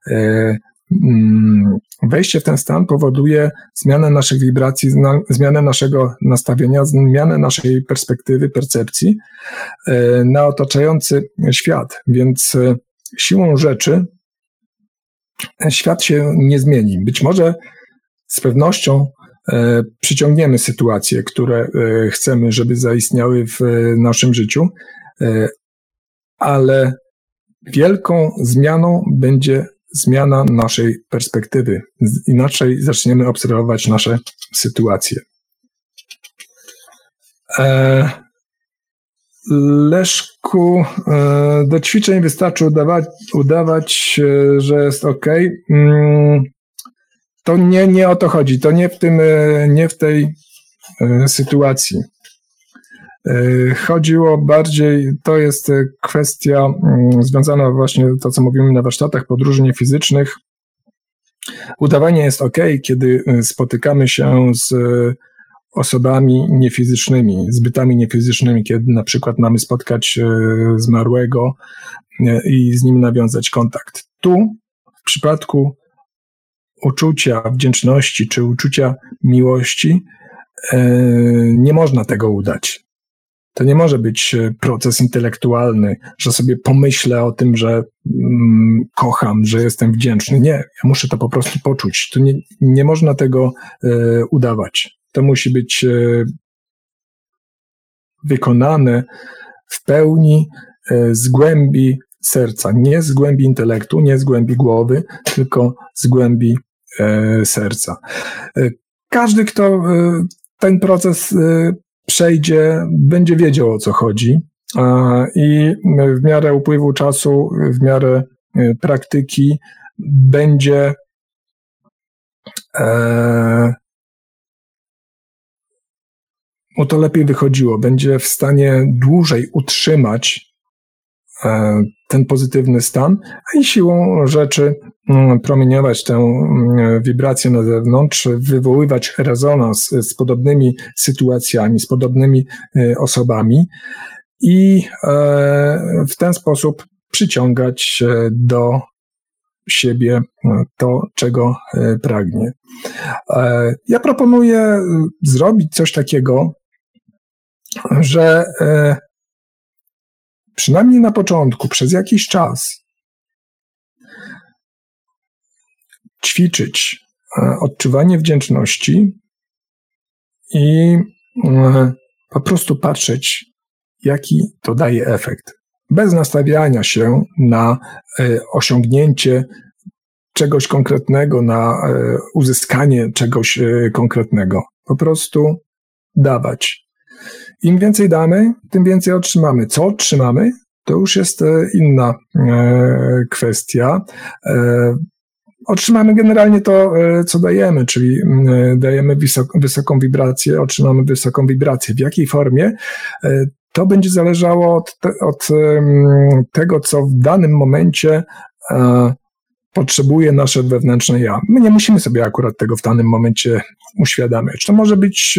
Wejście w ten stan powoduje zmianę naszych wibracji, zmianę naszego nastawienia, zmianę naszej perspektywy, percepcji na otaczający świat. Więc siłą rzeczy świat się nie zmieni. Być może z pewnością e, przyciągniemy sytuacje, które e, chcemy, żeby zaistniały w e, naszym życiu, e, ale wielką zmianą będzie zmiana naszej perspektywy. Inaczej zaczniemy obserwować nasze sytuacje. E, Leszku, e, do ćwiczeń wystarczy udawać, udawać e, że jest ok. Mm, To nie, nie o to chodzi, to nie w tym, nie w tej sytuacji. Chodziło bardziej, to jest kwestia związana właśnie to, co mówimy na warsztatach podróży niefizycznych. Udawanie jest ok, kiedy spotykamy się z osobami niefizycznymi, z bytami niefizycznymi, kiedy na przykład mamy spotkać zmarłego i z nim nawiązać kontakt. Tu, w przypadku uczucia wdzięczności czy uczucia miłości, nie można tego udać. To nie może być proces intelektualny, że sobie pomyślę o tym, że mm, kocham, że jestem wdzięczny. Nie, ja muszę to po prostu poczuć. To nie, nie można tego e, udawać. To musi być e, wykonane w pełni e, z głębi serca. Nie z głębi intelektu, nie z głębi głowy, tylko z głębi e, serca. E, każdy, kto e, ten proces e, przejdzie, będzie wiedział, o co chodzi, i w miarę upływu czasu, w miarę praktyki będzie mu to lepiej wychodziło, będzie w stanie dłużej utrzymać ten pozytywny stan, a i siłą rzeczy promieniować tę wibrację na zewnątrz, wywoływać rezonans z podobnymi sytuacjami, z podobnymi osobami i w ten sposób przyciągać do siebie to, czego pragnie. Ja proponuję zrobić coś takiego, że przynajmniej na początku, przez jakiś czas ćwiczyć odczuwanie wdzięczności i po prostu patrzeć, jaki to daje efekt. Bez nastawiania się na osiągnięcie czegoś konkretnego, na uzyskanie czegoś konkretnego. Po prostu dawać. Im więcej damy, tym więcej otrzymamy. Co otrzymamy, to już jest inna kwestia. Otrzymamy generalnie to, co dajemy, czyli dajemy wysok- wysoką wibrację, otrzymamy wysoką wibrację. W jakiej formie? To będzie zależało od, te, od tego, co w danym momencie potrzebuje nasze wewnętrzne ja. My nie musimy sobie akurat tego w danym momencie uświadamiać. To może być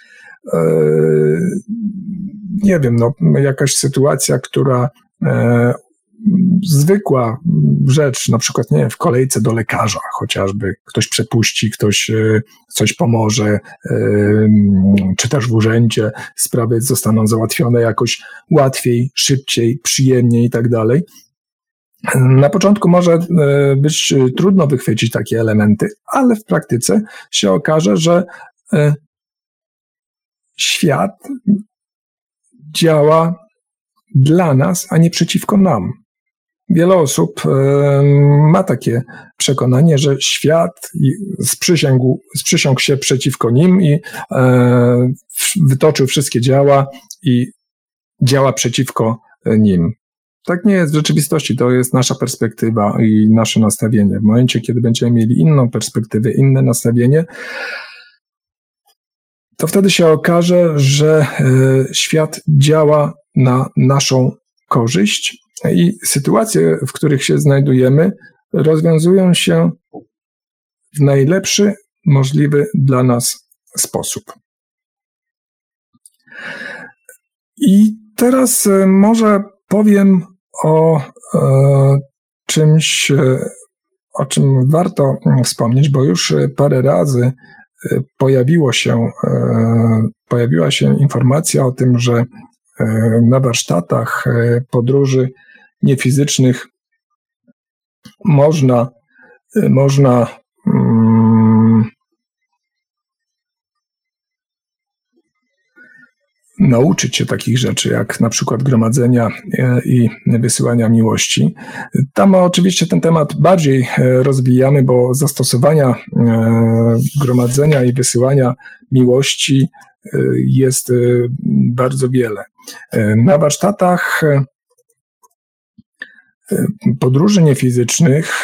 nie wiem, no, jakaś sytuacja, która e, zwykła rzecz, na przykład, nie wiem, w kolejce do lekarza chociażby, ktoś przepuści, ktoś e, coś pomoże, e, czy też w urzędzie sprawy zostaną załatwione jakoś łatwiej, szybciej, przyjemniej i tak dalej. Na początku może być trudno wychwycić takie elementy, ale w praktyce się okaże, że e, świat działa dla nas, a nie przeciwko nam. Wiele osób ma takie przekonanie, że świat sprzysięgł, sprzysiągł się przeciwko nim i wytoczył wszystkie działa i działa przeciwko nim. Tak nie jest w rzeczywistości, to jest nasza perspektywa i nasze nastawienie. W momencie, kiedy będziemy mieli inną perspektywę, inne nastawienie, to wtedy się okaże, że świat działa na naszą korzyść i sytuacje, w których się znajdujemy, rozwiązują się w najlepszy możliwy dla nas sposób. I teraz może powiem o e, czymś, o czym warto wspomnieć, bo już parę razy pojawiło się, e, pojawiła się informacja o tym, że e, na warsztatach e, podróży niefizycznych można, e, można mm, nauczyć się takich rzeczy, jak na przykład gromadzenia i wysyłania miłości. Tam oczywiście ten temat bardziej rozwijamy, bo zastosowania gromadzenia i wysyłania miłości jest bardzo wiele. Na warsztatach podróży niefizycznych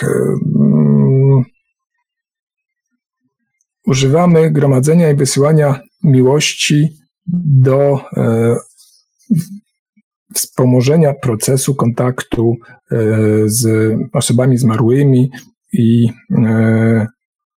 używamy gromadzenia i wysyłania miłości do e, wspomożenia procesu kontaktu e, z osobami zmarłymi i e,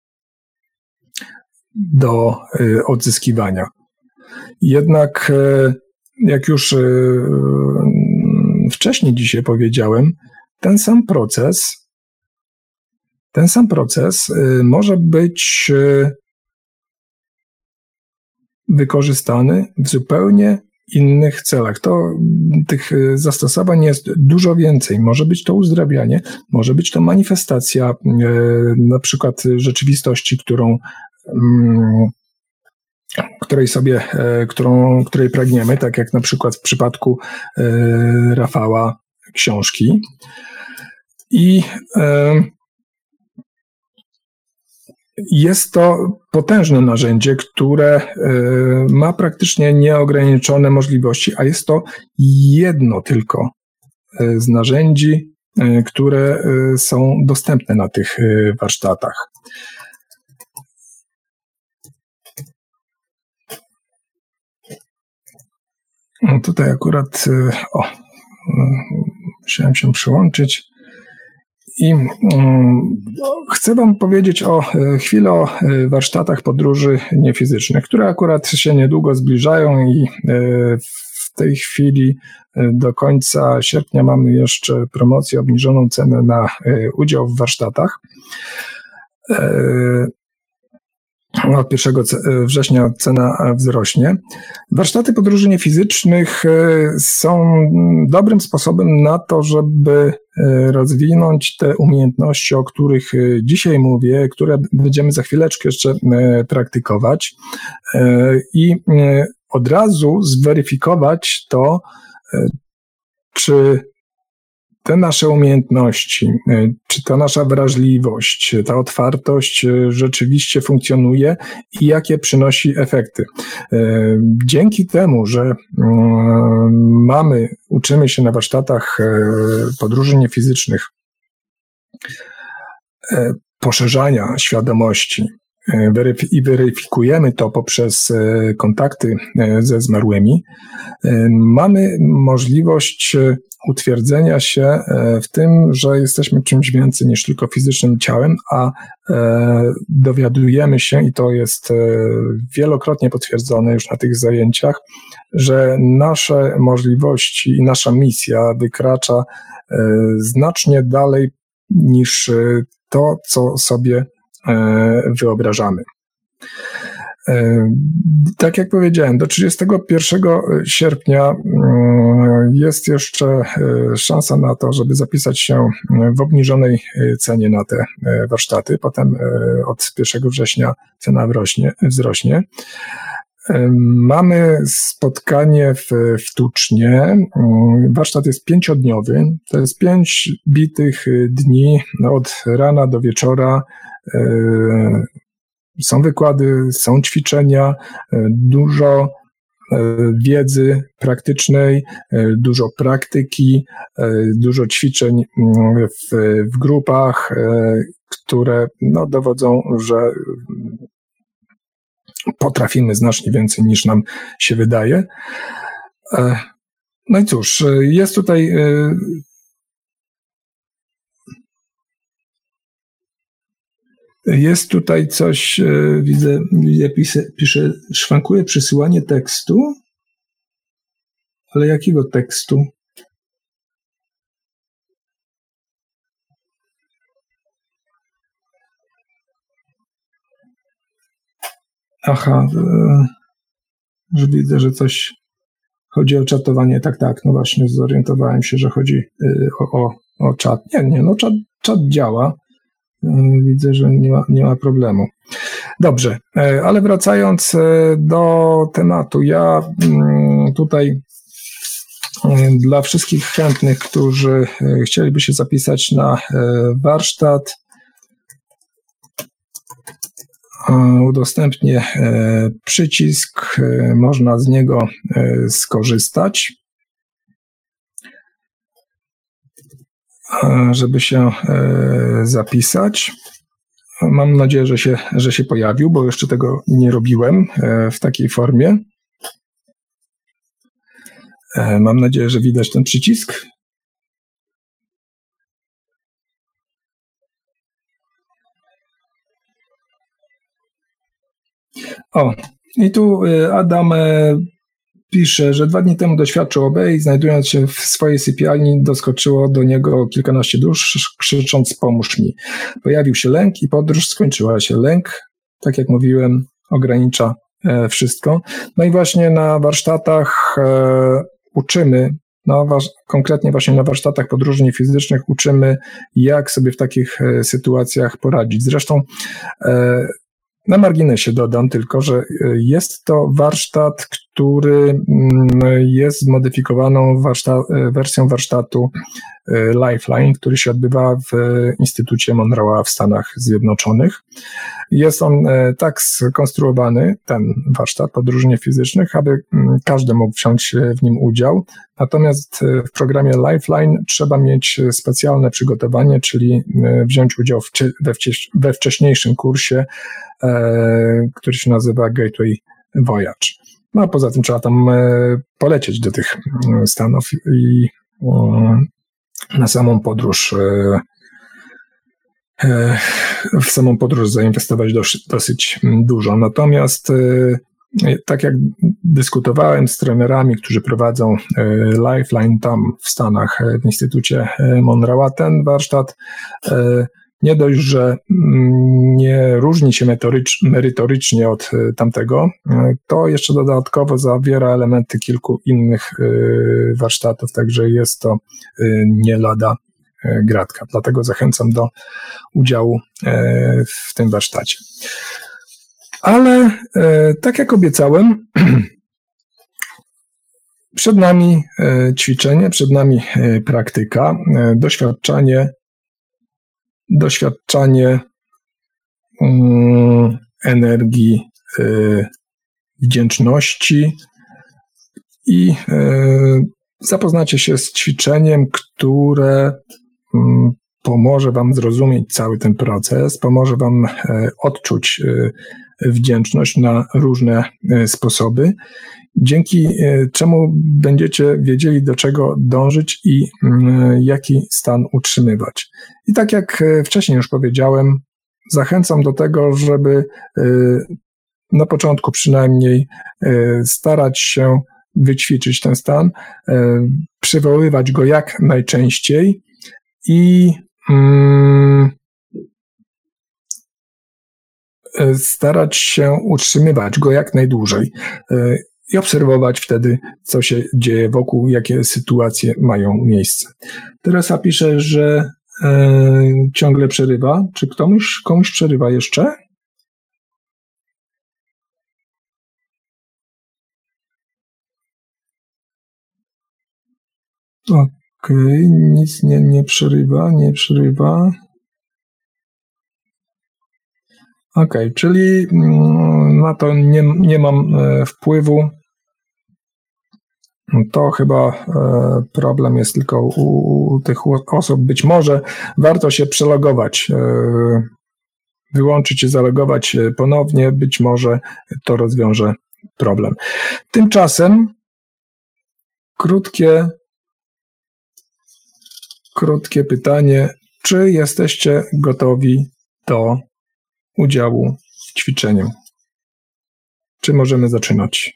do e, odzyskiwania. Jednak, e, jak już e, wcześniej dzisiaj powiedziałem, ten sam proces, ten sam proces e, może być e, wykorzystany w zupełnie innych celach. To tych zastosowań jest dużo więcej. Może być to uzdrawianie, może być to manifestacja e, na przykład rzeczywistości, którą m, której sobie, e, którą, której pragniemy, tak jak na przykład w przypadku e, Rafała książki. I e, jest to potężne narzędzie, które ma praktycznie nieograniczone możliwości, a jest to jedno tylko z narzędzi, które są dostępne na tych warsztatach. No tutaj akurat o, musiałem się przyłączyć i chcę Wam powiedzieć o chwilę o warsztatach podróży niefizycznych, które akurat się niedługo zbliżają i w tej chwili do końca sierpnia mamy jeszcze promocję, obniżoną cenę na udział w warsztatach. Od pierwszego września cena wzrośnie. Warsztaty podróży niefizycznych są dobrym sposobem na to, żeby rozwinąć te umiejętności, o których dzisiaj mówię, które będziemy za chwileczkę jeszcze praktykować i od razu zweryfikować to, czy te nasze umiejętności, czy ta nasza wrażliwość, ta otwartość rzeczywiście funkcjonuje i jakie przynosi efekty. Dzięki temu, że mamy, uczymy się na warsztatach podróży niefizycznych, poszerzania świadomości i weryfikujemy to poprzez kontakty ze zmarłymi, mamy możliwość utwierdzenia się w tym, że jesteśmy czymś więcej niż tylko fizycznym ciałem, a dowiadujemy się, i to jest wielokrotnie potwierdzone już na tych zajęciach, że nasze możliwości i nasza misja wykracza znacznie dalej niż to, co sobie wyobrażamy. Tak jak powiedziałem, do trzydziestego pierwszego sierpnia jest jeszcze szansa na to, żeby zapisać się w obniżonej cenie na te warsztaty. Potem od pierwszego września cena wzrośnie. wzrośnie. Mamy spotkanie w, w Tucznie. Warsztat jest pięciodniowy. To jest pięć bitych dni od rana do wieczora. Są wykłady, są ćwiczenia, dużo wiedzy praktycznej, dużo praktyki, dużo ćwiczeń w, w grupach, które no, dowodzą, że potrafimy znacznie więcej niż nam się wydaje. No i cóż, jest tutaj Jest tutaj coś, widzę, widzę pisze, pisze, szwankuje przesyłanie tekstu, ale jakiego tekstu? Aha, że widzę, że coś chodzi o czatowanie. Tak, tak, no właśnie zorientowałem się, że chodzi o, o, o czat. Nie, nie, no czat, czat działa. Widzę, że nie ma, nie ma problemu. Dobrze, ale wracając do tematu, ja tutaj dla wszystkich chętnych, którzy chcieliby się zapisać na warsztat, udostępnię przycisk, można z niego skorzystać, żeby się zapisać. Mam nadzieję, że się, że się pojawił, bo jeszcze tego nie robiłem w takiej formie. Mam nadzieję, że widać ten przycisk. O, i tu Adam pisze, że dwa dni temu doświadczył O B i znajdując się w swojej sypialni doskoczyło do niego kilkanaście dusz, krzycząc pomóż mi. Pojawił się lęk i podróż skończyła się. Lęk, tak jak mówiłem, ogranicza wszystko. No i właśnie na warsztatach e, uczymy, no, waż, konkretnie właśnie na warsztatach podróży niefizycznych uczymy, jak sobie w takich e, sytuacjach poradzić. Zresztą e, na marginesie dodam tylko, że jest to warsztat, który jest zmodyfikowaną warsztat, wersją warsztatu Lifeline, który się odbywa w Instytucie Monroe'a w Stanach Zjednoczonych. Jest on tak skonstruowany, ten warsztat podróży niefizycznych, aby każdy mógł wziąć w nim udział. Natomiast w programie Lifeline trzeba mieć specjalne przygotowanie, czyli wziąć udział w, we, we wcześniejszym kursie, który się nazywa Gateway Voyage. No a poza tym trzeba tam polecieć do tych Stanów i na samą podróż w samą podróż zainwestować dosyć dużo. Natomiast tak jak dyskutowałem z trenerami, którzy prowadzą Lifeline tam w Stanach, w Instytucie Monroe'a, ten warsztat nie dość, że nie różni się merytorycznie od tamtego, to jeszcze dodatkowo zawiera elementy kilku innych warsztatów, także jest to nie lada gratka. Dlatego zachęcam do udziału w tym warsztacie. Ale tak jak obiecałem, przed nami ćwiczenie, przed nami praktyka, doświadczanie, doświadczanie energii wdzięczności i zapoznacie się z ćwiczeniem, które pomoże Wam zrozumieć cały ten proces, pomoże Wam odczuć wdzięczność na różne sposoby, dzięki czemu będziecie wiedzieli, do czego dążyć i jaki stan utrzymywać. I tak jak wcześniej już powiedziałem, zachęcam do tego, żeby na początku przynajmniej starać się wyćwiczyć ten stan, przywoływać go jak najczęściej i mm, starać się utrzymywać go jak najdłużej i obserwować wtedy, co się dzieje wokół, jakie sytuacje mają miejsce. Teresa pisze, że e, ciągle przerywa. Czy komuś, komuś przerywa jeszcze? Okej, okay, nic nie, nie przerywa, nie przerywa. Okej, okay, czyli na to nie, nie mam wpływu. To chyba problem jest tylko u, u tych osób. Być może warto się przelogować, wyłączyć i zalogować ponownie. Być może to rozwiąże problem. Tymczasem krótkie, krótkie pytanie. Czy jesteście gotowi do udziału w ćwiczeniu? Czy możemy zaczynać?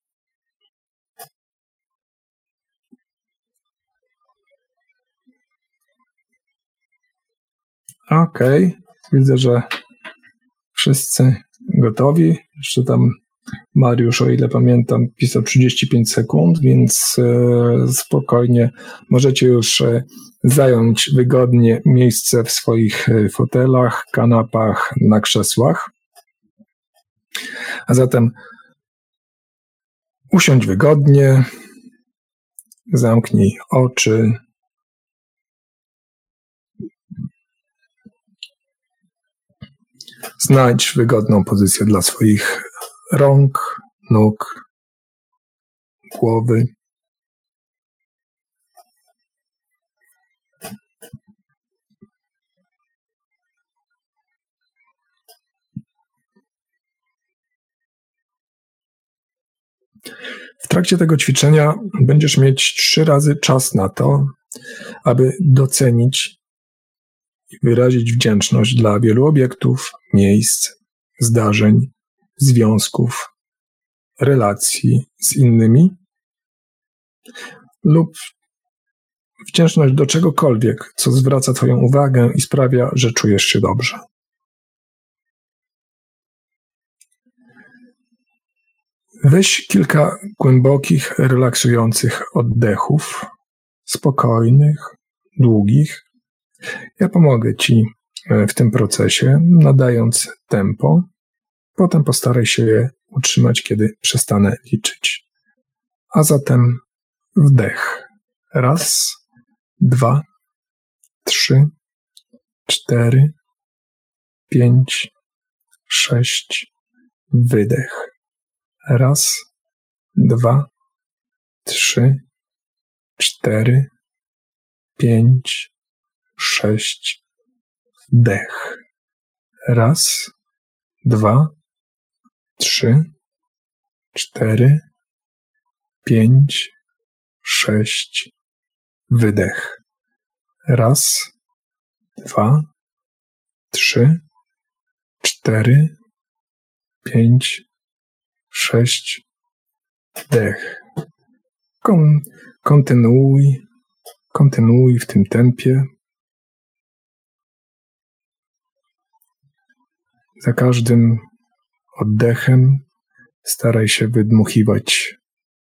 Okej, okay. Widzę, że wszyscy gotowi. Jeszcze tam Mariusz, o ile pamiętam, pisał trzydzieści pięć sekund, więc spokojnie możecie już zająć wygodnie miejsce w swoich fotelach, kanapach, na krzesłach. A zatem usiądź wygodnie, zamknij oczy. Znajdź wygodną pozycję dla swoich rąk, nóg, głowy. W trakcie tego ćwiczenia będziesz mieć trzy razy czas na to, aby docenić i wyrazić wdzięczność dla wielu obiektów, miejsc, zdarzeń, związków, relacji z innymi lub wdzięczność do czegokolwiek, co zwraca Twoją uwagę i sprawia, że czujesz się dobrze. Weź kilka głębokich, relaksujących oddechów, spokojnych, długich. Ja pomogę Ci w tym procesie, nadając tempo. Potem postaraj się je utrzymać, kiedy przestanę liczyć. A zatem wdech. Raz, dwa, trzy, cztery, pięć, sześć. Wydech. Raz, dwa, trzy, cztery, pięć, sześć. Wdech. Raz, dwa, trzy, cztery, pięć, sześć, wydech. Raz, dwa, trzy, cztery, pięć, sześć, wdech. Kon, kontynuuj, kontynuuj w tym tempie. Za każdym oddechem staraj się wydmuchiwać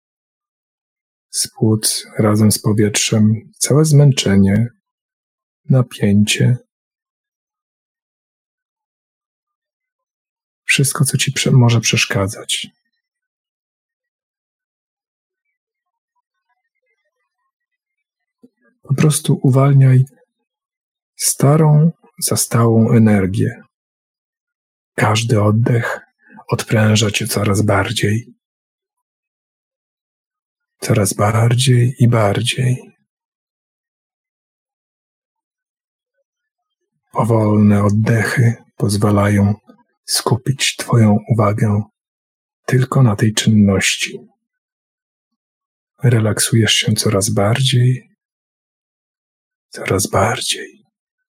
z płuc razem z powietrzem całe zmęczenie, napięcie, wszystko, co ci prze- może przeszkadzać. Po prostu uwalniaj starą, zastałą energię. Każdy oddech odpręża cię coraz bardziej. Coraz bardziej i bardziej. Powolne oddechy pozwalają skupić twoją uwagę tylko na tej czynności. Relaksujesz się coraz bardziej, coraz bardziej.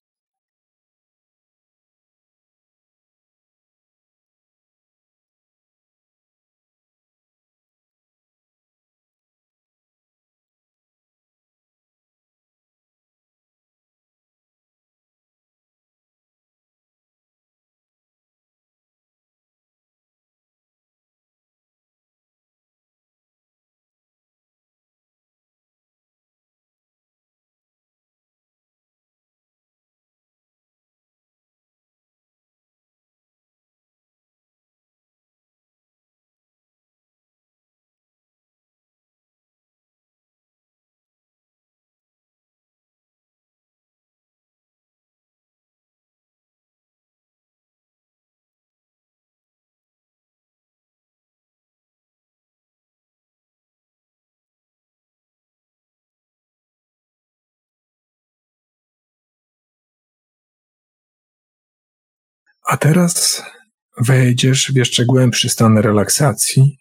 A teraz wejdziesz w jeszcze głębszy stan relaksacji,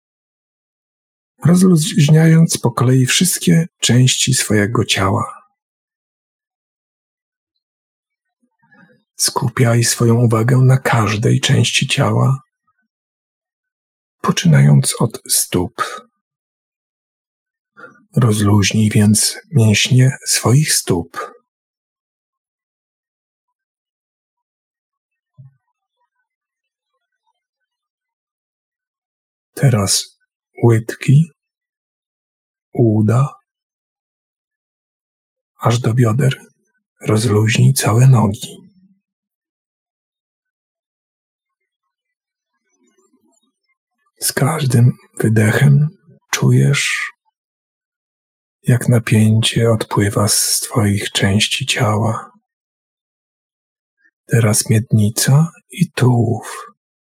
rozluźniając po kolei wszystkie części swojego ciała. Skupiaj swoją uwagę na każdej części ciała, poczynając od stóp. Rozluźnij więc mięśnie swoich stóp. Teraz łydki, uda, aż do bioder. Rozluźnij całe nogi. Z każdym wydechem czujesz, jak napięcie odpływa z twoich części ciała. Teraz miednica i tułów.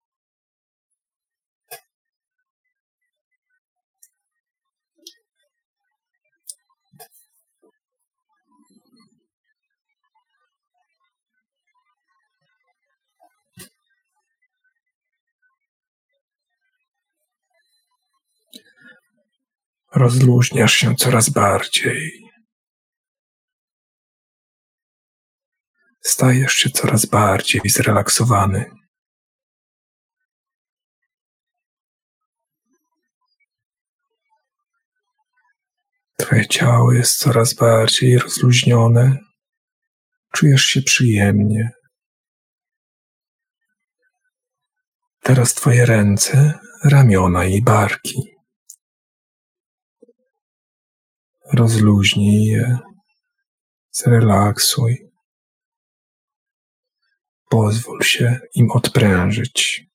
Rozluźniasz się coraz bardziej. Stajesz się coraz bardziej zrelaksowany. Twoje ciało jest coraz bardziej rozluźnione. Czujesz się przyjemnie. Teraz twoje ręce, ramiona i barki. Rozluźnij je. Zrelaksuj. Pozwól się im odprężyć.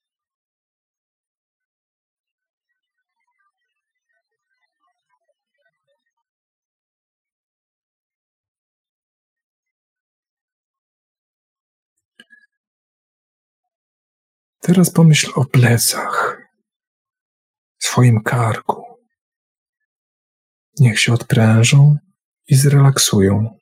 Teraz pomyśl o plecach, swoim karku. Niech się odprężą i zrelaksują.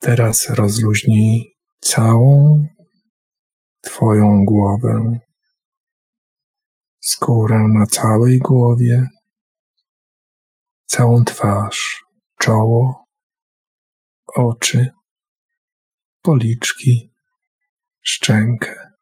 Teraz rozluźnij całą Twoją głowę, skórę na całej głowie, całą twarz, czoło, oczy, policzki, szczękę.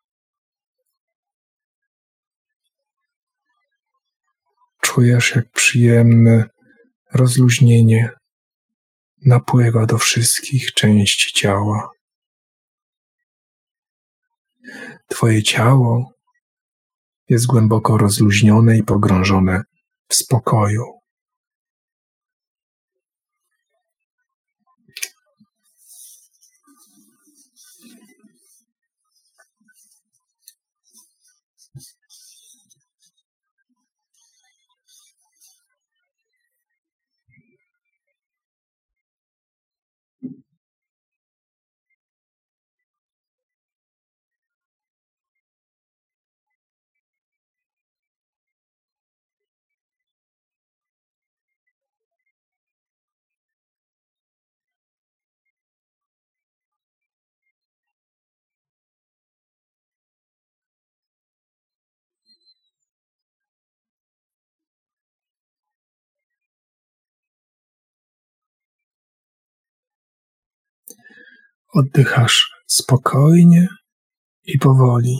Czujesz, jak przyjemne rozluźnienie napływa do wszystkich części ciała. Twoje ciało jest głęboko rozluźnione i pogrążone w spokoju. Oddychasz spokojnie i powoli.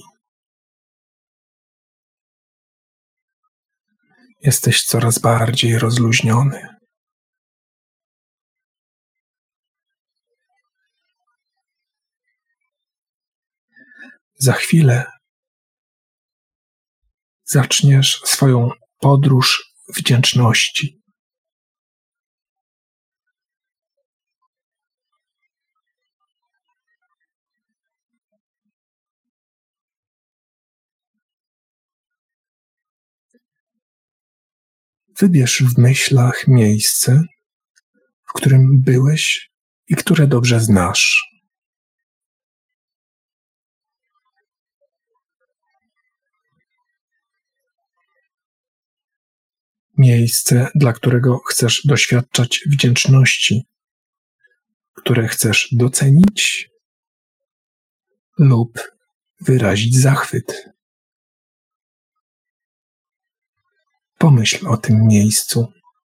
Jesteś coraz bardziej rozluźniony. Za chwilę zaczniesz swoją podróż wdzięczności. Wybierz w myślach miejsce, w którym byłeś i które dobrze znasz. Miejsce, dla którego chcesz doświadczać wdzięczności, które chcesz docenić lub wyrazić zachwyt. Pomyśl o tym miejscu.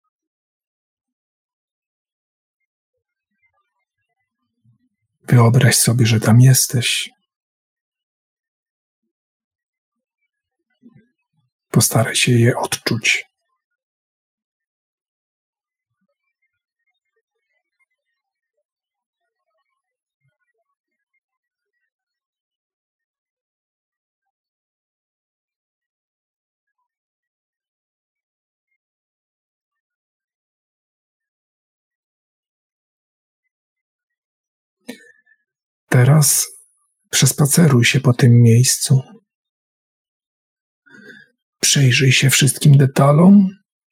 Wyobraź sobie, że tam jesteś. Postaraj się je odczuć. Teraz przespaceruj się po tym miejscu. Przyjrzyj się wszystkim detalom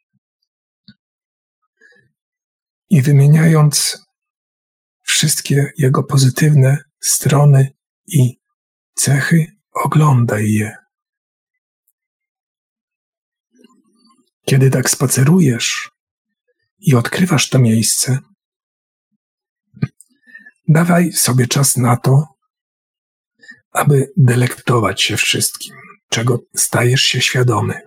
i wymieniając wszystkie jego pozytywne strony i cechy, oglądaj je. Kiedy tak spacerujesz i odkrywasz to miejsce, dawaj sobie czas na to, aby delektować się wszystkim, czego stajesz się świadomy.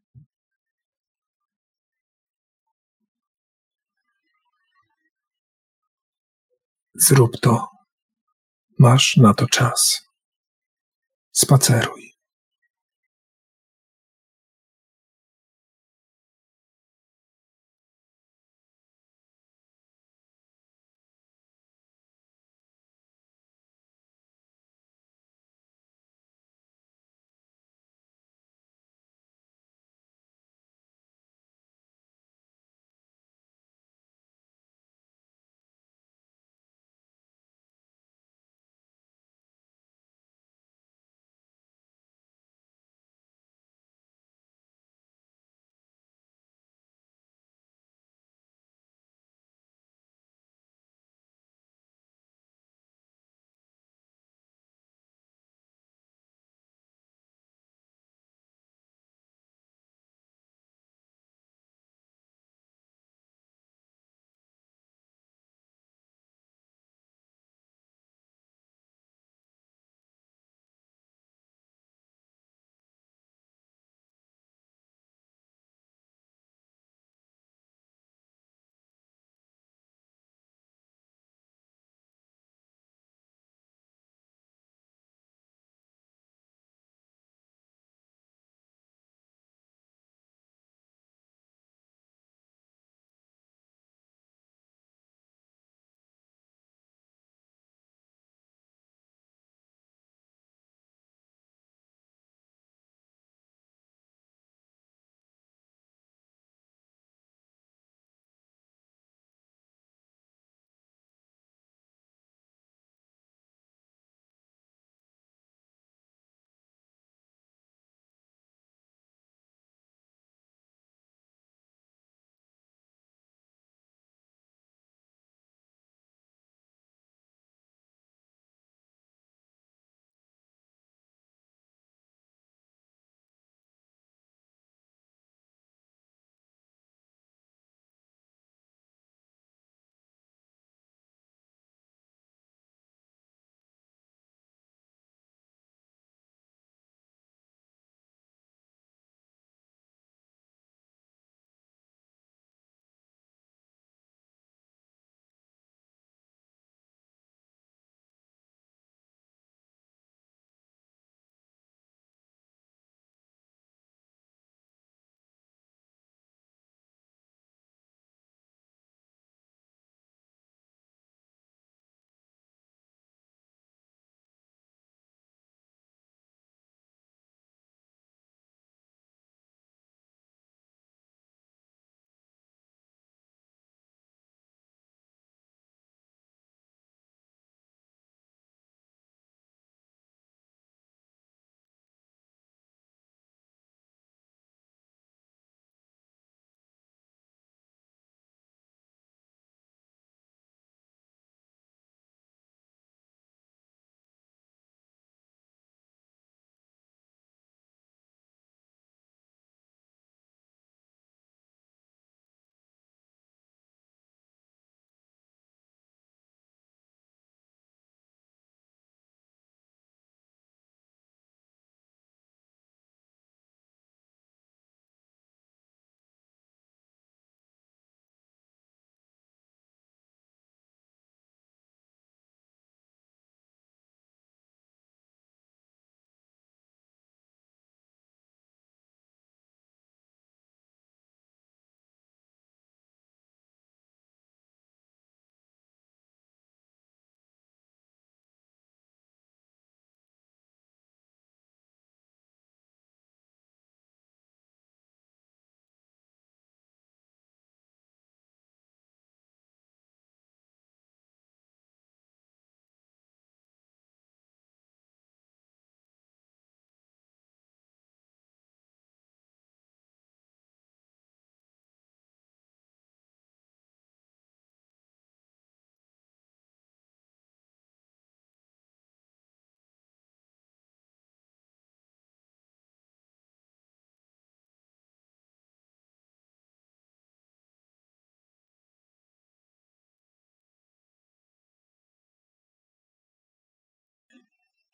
Zrób to. Masz na to czas. Spaceruj.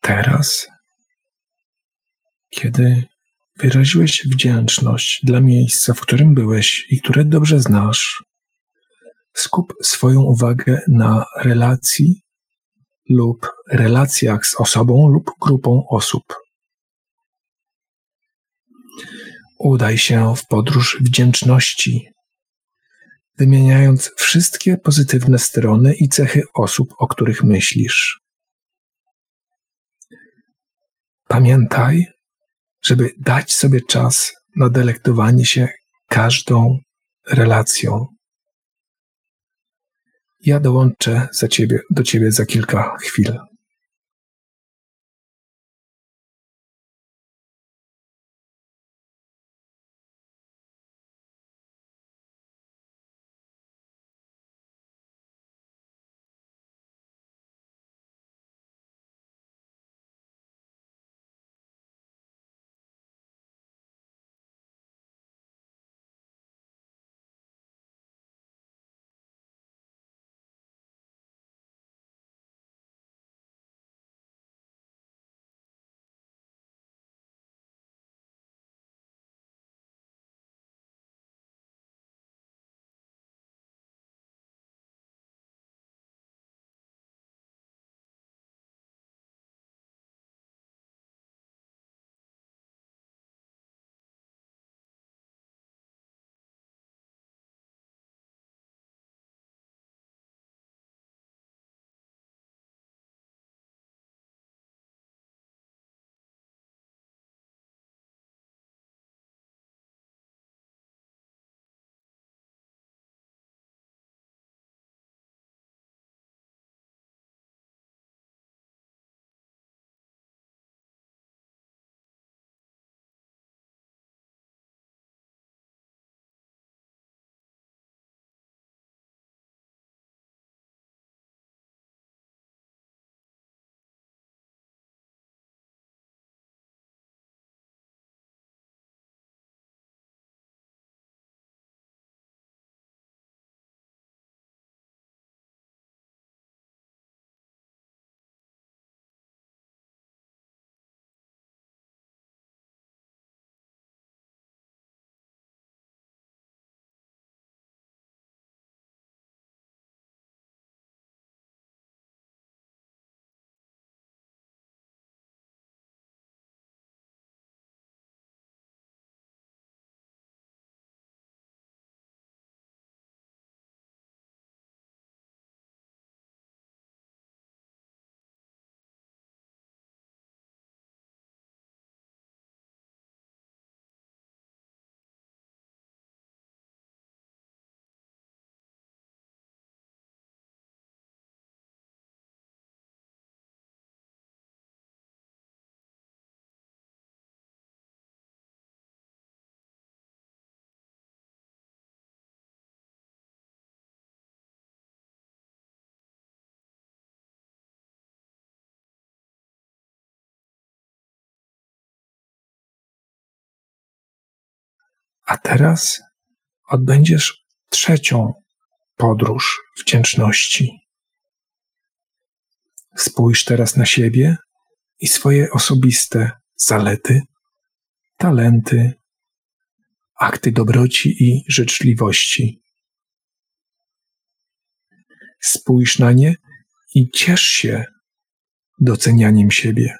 Teraz, kiedy wyraziłeś wdzięczność dla miejsca, w którym byłeś i które dobrze znasz, skup swoją uwagę na relacji lub relacjach z osobą lub grupą osób. Udaj się w podróż wdzięczności, wymieniając wszystkie pozytywne strony i cechy osób, o których myślisz. Pamiętaj, żeby dać sobie czas na delektowanie się każdą relacją. Ja dołączę za ciebie, do ciebie za kilka chwil. A teraz odbędziesz trzecią podróż wdzięczności. Spójrz teraz na siebie i swoje osobiste zalety, talenty, akty dobroci i życzliwości. Spójrz na nie i ciesz się docenianiem siebie.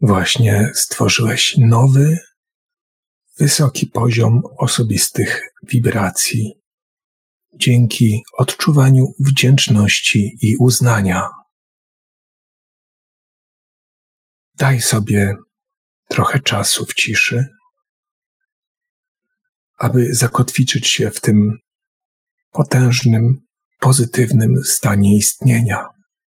Właśnie stworzyłeś nowy, wysoki poziom osobistych wibracji dzięki odczuwaniu wdzięczności i uznania. Daj sobie trochę czasu w ciszy, aby zakotwiczyć się w tym potężnym, pozytywnym stanie istnienia.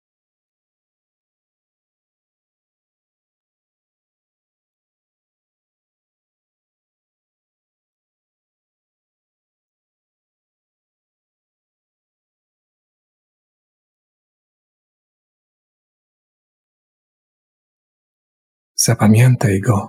Zapamiętaj go,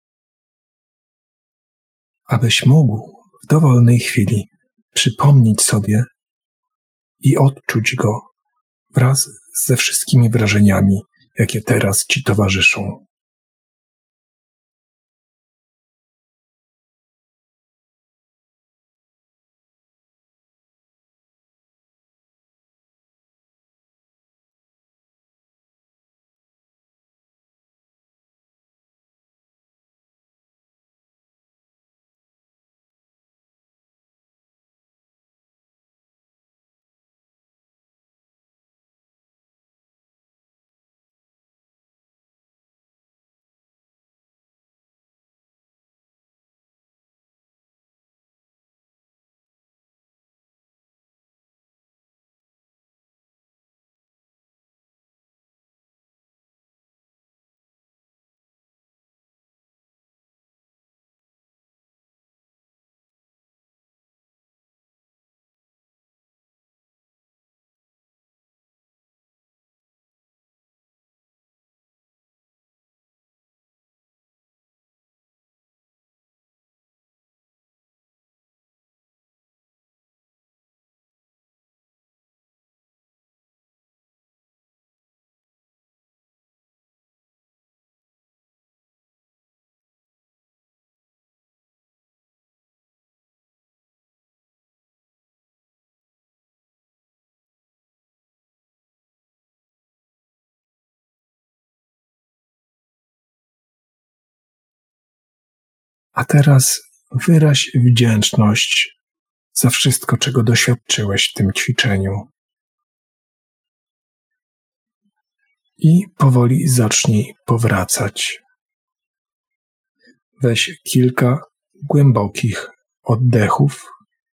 abyś mógł w dowolnej chwili przypomnieć sobie i odczuć go wraz ze wszystkimi wrażeniami, jakie teraz ci towarzyszą. A teraz wyraź wdzięczność za wszystko, czego doświadczyłeś w tym ćwiczeniu. I powoli zacznij powracać. Weź kilka głębokich oddechów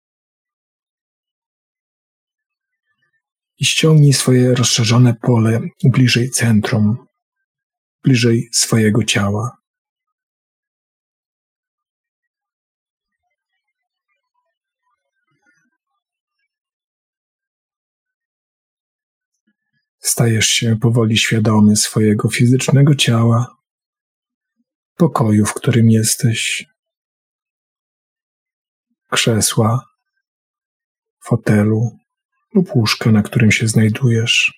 i ściągnij swoje rozszerzone pole bliżej centrum, bliżej swojego ciała. Stajesz się powoli świadomy swojego fizycznego ciała, pokoju, w którym jesteś, krzesła, fotelu lub łóżka, na którym się znajdujesz.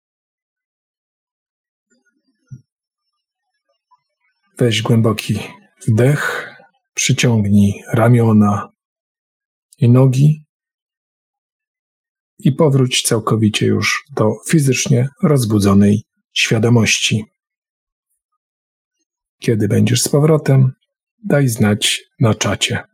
Weź głęboki wdech, przyciągnij ramiona i nogi i powróć całkowicie już do fizycznie rozbudzonej świadomości. Kiedy będziesz z powrotem, daj znać na czacie.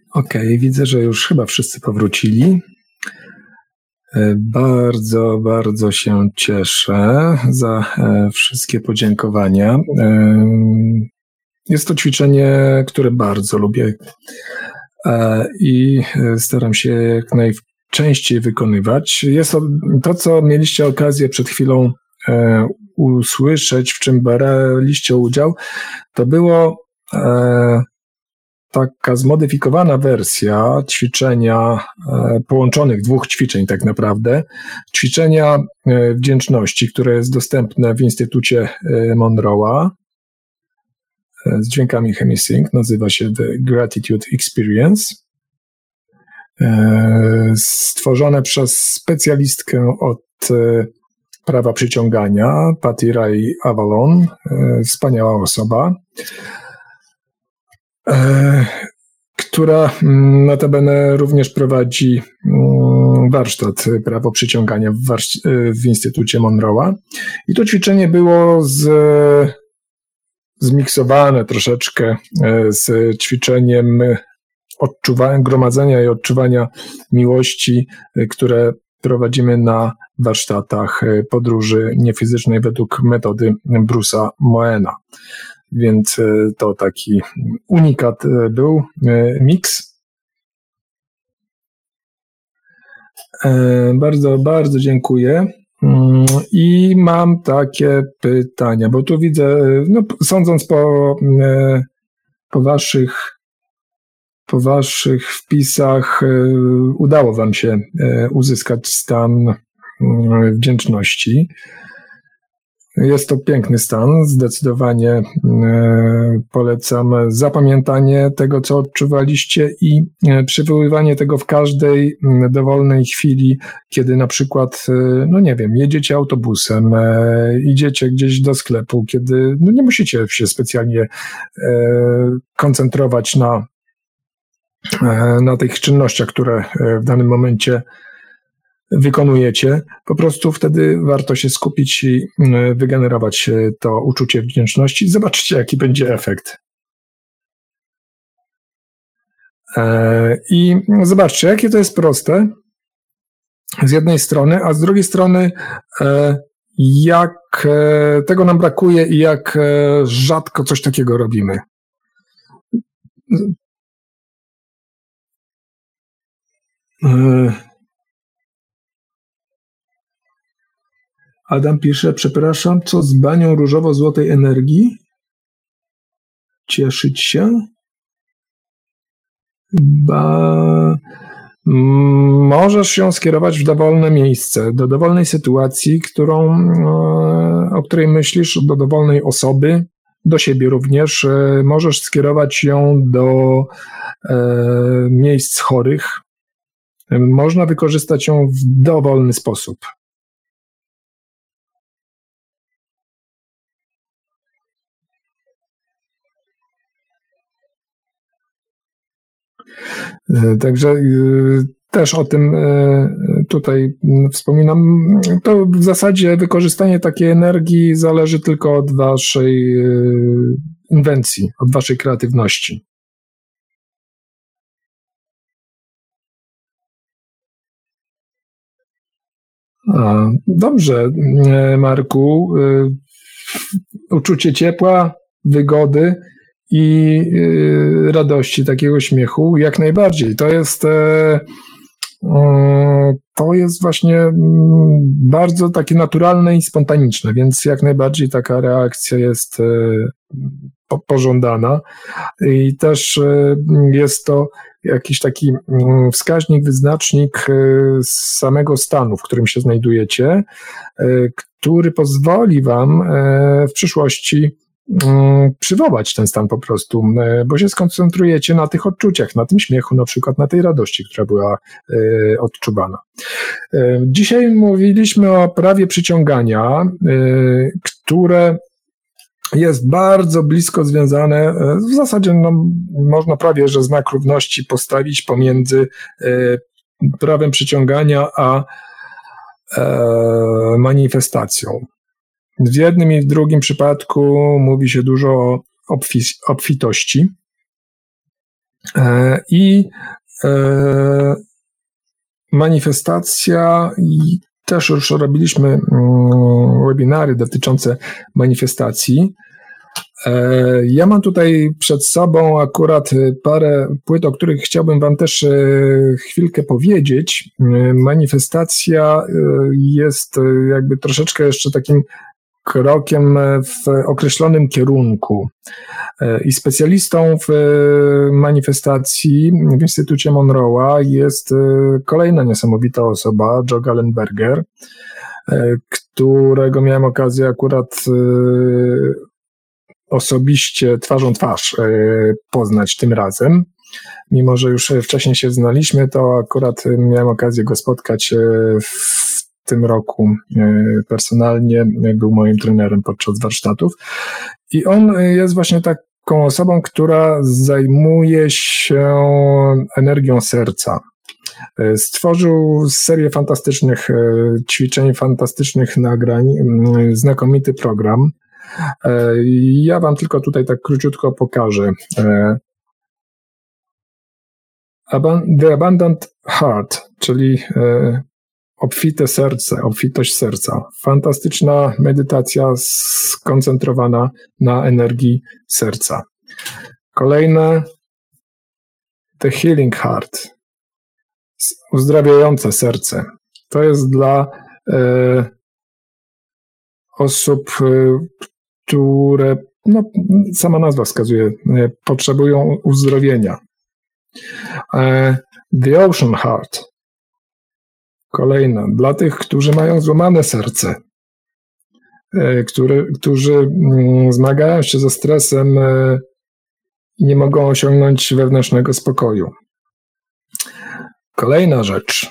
Okej, okay, widzę, że już chyba wszyscy powrócili. Bardzo, bardzo się cieszę za wszystkie podziękowania. Jest to ćwiczenie, które bardzo lubię i staram się jak najczęściej wykonywać. Jest to, to co mieliście okazję przed chwilą usłyszeć, w czym braliście udział, to było taka zmodyfikowana wersja ćwiczenia, połączonych dwóch ćwiczeń tak naprawdę, ćwiczenia wdzięczności, które jest dostępne w Instytucie Monroe'a z dźwiękami Hemisync, nazywa się The Gratitude Experience, stworzone przez specjalistkę od prawa przyciągania, Patty Ray Avalon, wspaniała osoba, która notabene również prowadzi warsztat prawo przyciągania w, warsz- w Instytucie Monroe'a. I to ćwiczenie było z, zmiksowane troszeczkę z ćwiczeniem odczuwania, gromadzenia i odczuwania miłości, które prowadzimy na warsztatach podróży niefizycznej według metody Bruce'a Moena. Więc to taki unikat był, miks. Bardzo, bardzo dziękuję. I mam takie pytania, bo tu widzę, no, sądząc po, po waszych, po waszych wpisach, udało wam się uzyskać stan wdzięczności. Jest to piękny stan, zdecydowanie polecam zapamiętanie tego, co odczuwaliście i przywoływanie tego w każdej dowolnej chwili, kiedy na przykład, no nie wiem, jedziecie autobusem, idziecie gdzieś do sklepu, kiedy no nie musicie się specjalnie koncentrować na, na tych czynnościach, które w danym momencie wykonujecie, po prostu wtedy warto się skupić i wygenerować to uczucie wdzięczności. Zobaczcie, jaki będzie efekt. I zobaczcie, jakie to jest proste z jednej strony, a z drugiej strony jak tego nam brakuje i jak rzadko coś takiego robimy. Adam pisze, przepraszam, co z banią różowo-złotej energii? Cieszyć się? Ba... Możesz ją skierować w dowolne miejsce, do dowolnej sytuacji, którą, o której myślisz, do dowolnej osoby, do siebie również. Możesz skierować ją do e, miejsc chorych. Można wykorzystać ją w dowolny sposób. Także też o tym tutaj wspominam. To w zasadzie wykorzystanie takiej energii zależy tylko od waszej inwencji, od waszej kreatywności. Dobrze, Marku. Uczucie ciepła, wygody i radości, takiego śmiechu, jak najbardziej. To jest to jest właśnie bardzo takie naturalne i spontaniczne, więc jak najbardziej taka reakcja jest pożądana i też jest to jakiś taki wskaźnik, wyznacznik samego stanu, w którym się znajdujecie, który pozwoli wam w przyszłości przywołać ten stan po prostu, bo się skoncentrujecie na tych odczuciach, na tym śmiechu, na przykład na tej radości, która była odczuwana. Dzisiaj mówiliśmy o prawie przyciągania, które jest bardzo blisko związane, w zasadzie no, można prawie, że znak równości postawić pomiędzy prawem przyciągania a manifestacją. W jednym i w drugim przypadku mówi się dużo o obfitości. I manifestacja, i też już robiliśmy webinary dotyczące manifestacji. Ja mam tutaj przed sobą akurat parę płyt, o których chciałbym wam też chwilkę powiedzieć. Manifestacja jest jakby troszeczkę jeszcze takim krokiem w określonym kierunku. I specjalistą w manifestacji w Instytucie Monroe'a jest kolejna niesamowita osoba, Joe Gallenberger, którego miałem okazję akurat osobiście, twarzą twarz poznać tym razem. Mimo że już wcześniej się znaliśmy, to akurat miałem okazję go spotkać w tym roku personalnie, był moim trenerem podczas warsztatów. I on jest właśnie taką osobą, która zajmuje się energią serca. Stworzył serię fantastycznych ćwiczeń, fantastycznych nagrań, znakomity program. Ja wam tylko tutaj tak króciutko pokażę. The Abundant Heart, czyli obfite serce, obfitość serca. Fantastyczna medytacja skoncentrowana na energii serca. Kolejne, The Healing Heart, uzdrawiające serce. To jest dla e, osób, e, które, no, sama nazwa wskazuje, e, potrzebują uzdrowienia. E, The Ocean Heart. Kolejna, dla tych, którzy mają złamane serce, który, którzy zmagają się ze stresem i nie mogą osiągnąć wewnętrznego spokoju. Kolejna rzecz,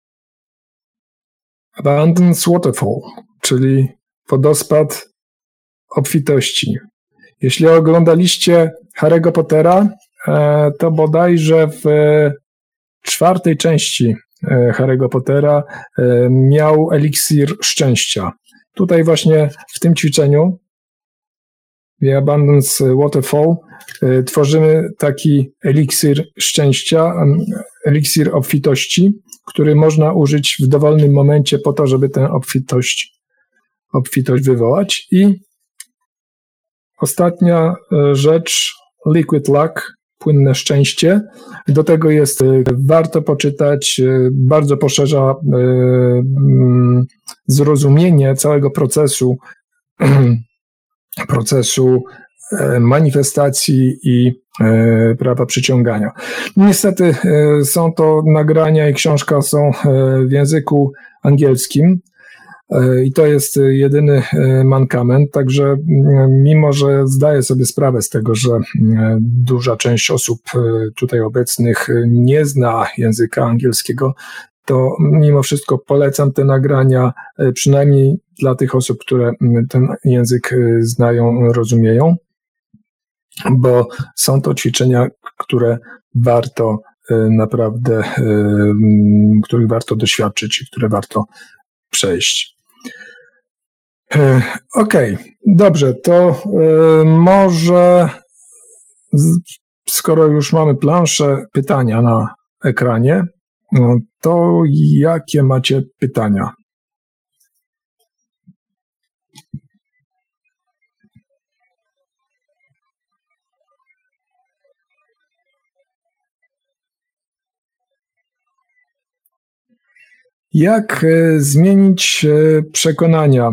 Abundance Waterfall, czyli wodospad obfitości. Jeśli oglądaliście Harry'ego Pottera, to bodajże w czwartej części Harry'ego Pottera miał eliksir szczęścia. Tutaj właśnie w tym ćwiczeniu The Abundance Waterfall tworzymy taki eliksir szczęścia, eliksir obfitości, który można użyć w dowolnym momencie po to, żeby tę obfitość, obfitość wywołać. I ostatnia rzecz, Liquid Luck, płynne szczęście. Do tego jest, warto poczytać, bardzo poszerza zrozumienie całego procesu, procesu manifestacji i prawa przyciągania. Niestety są to nagrania i książka są w języku angielskim. I to jest jedyny mankament, także mimo, że zdaję sobie sprawę z tego, że duża część osób tutaj obecnych nie zna języka angielskiego, to mimo wszystko polecam te nagrania, przynajmniej dla tych osób, które ten język znają, rozumieją, bo są to ćwiczenia, które warto naprawdę, których warto doświadczyć i które warto przejść. Okej, okay, dobrze, to y, może z, skoro już mamy planszę pytania na ekranie, no, to jakie macie pytania? Jak y, zmienić y, przekonania?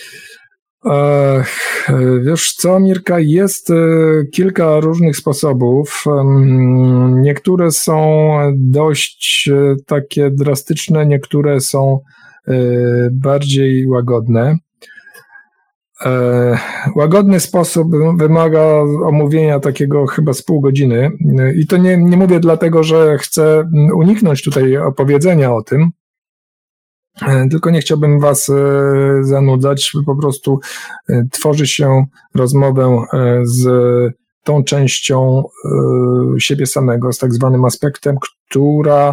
Wiesz co, Mirka, jest kilka różnych sposobów. Niektóre są dość takie drastyczne, niektóre są bardziej łagodne. Łagodny sposób wymaga omówienia takiego chyba z pół godziny i to nie, nie mówię dlatego, że chcę uniknąć tutaj opowiedzenia o tym, tylko nie chciałbym was zanudzać, po prostu tworzy się rozmowę z tą częścią siebie samego, z tak zwanym aspektem, która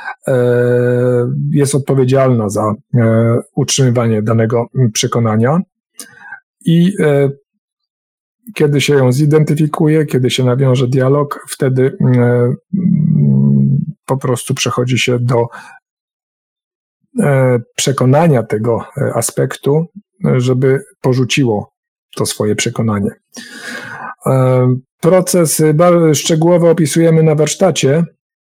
jest odpowiedzialna za utrzymywanie danego przekonania. I kiedy się ją zidentyfikuje, kiedy się nawiąże dialog, wtedy po prostu przechodzi się do przekonania tego aspektu, żeby porzuciło to swoje przekonanie. Proces bardzo szczegółowo opisujemy na warsztacie,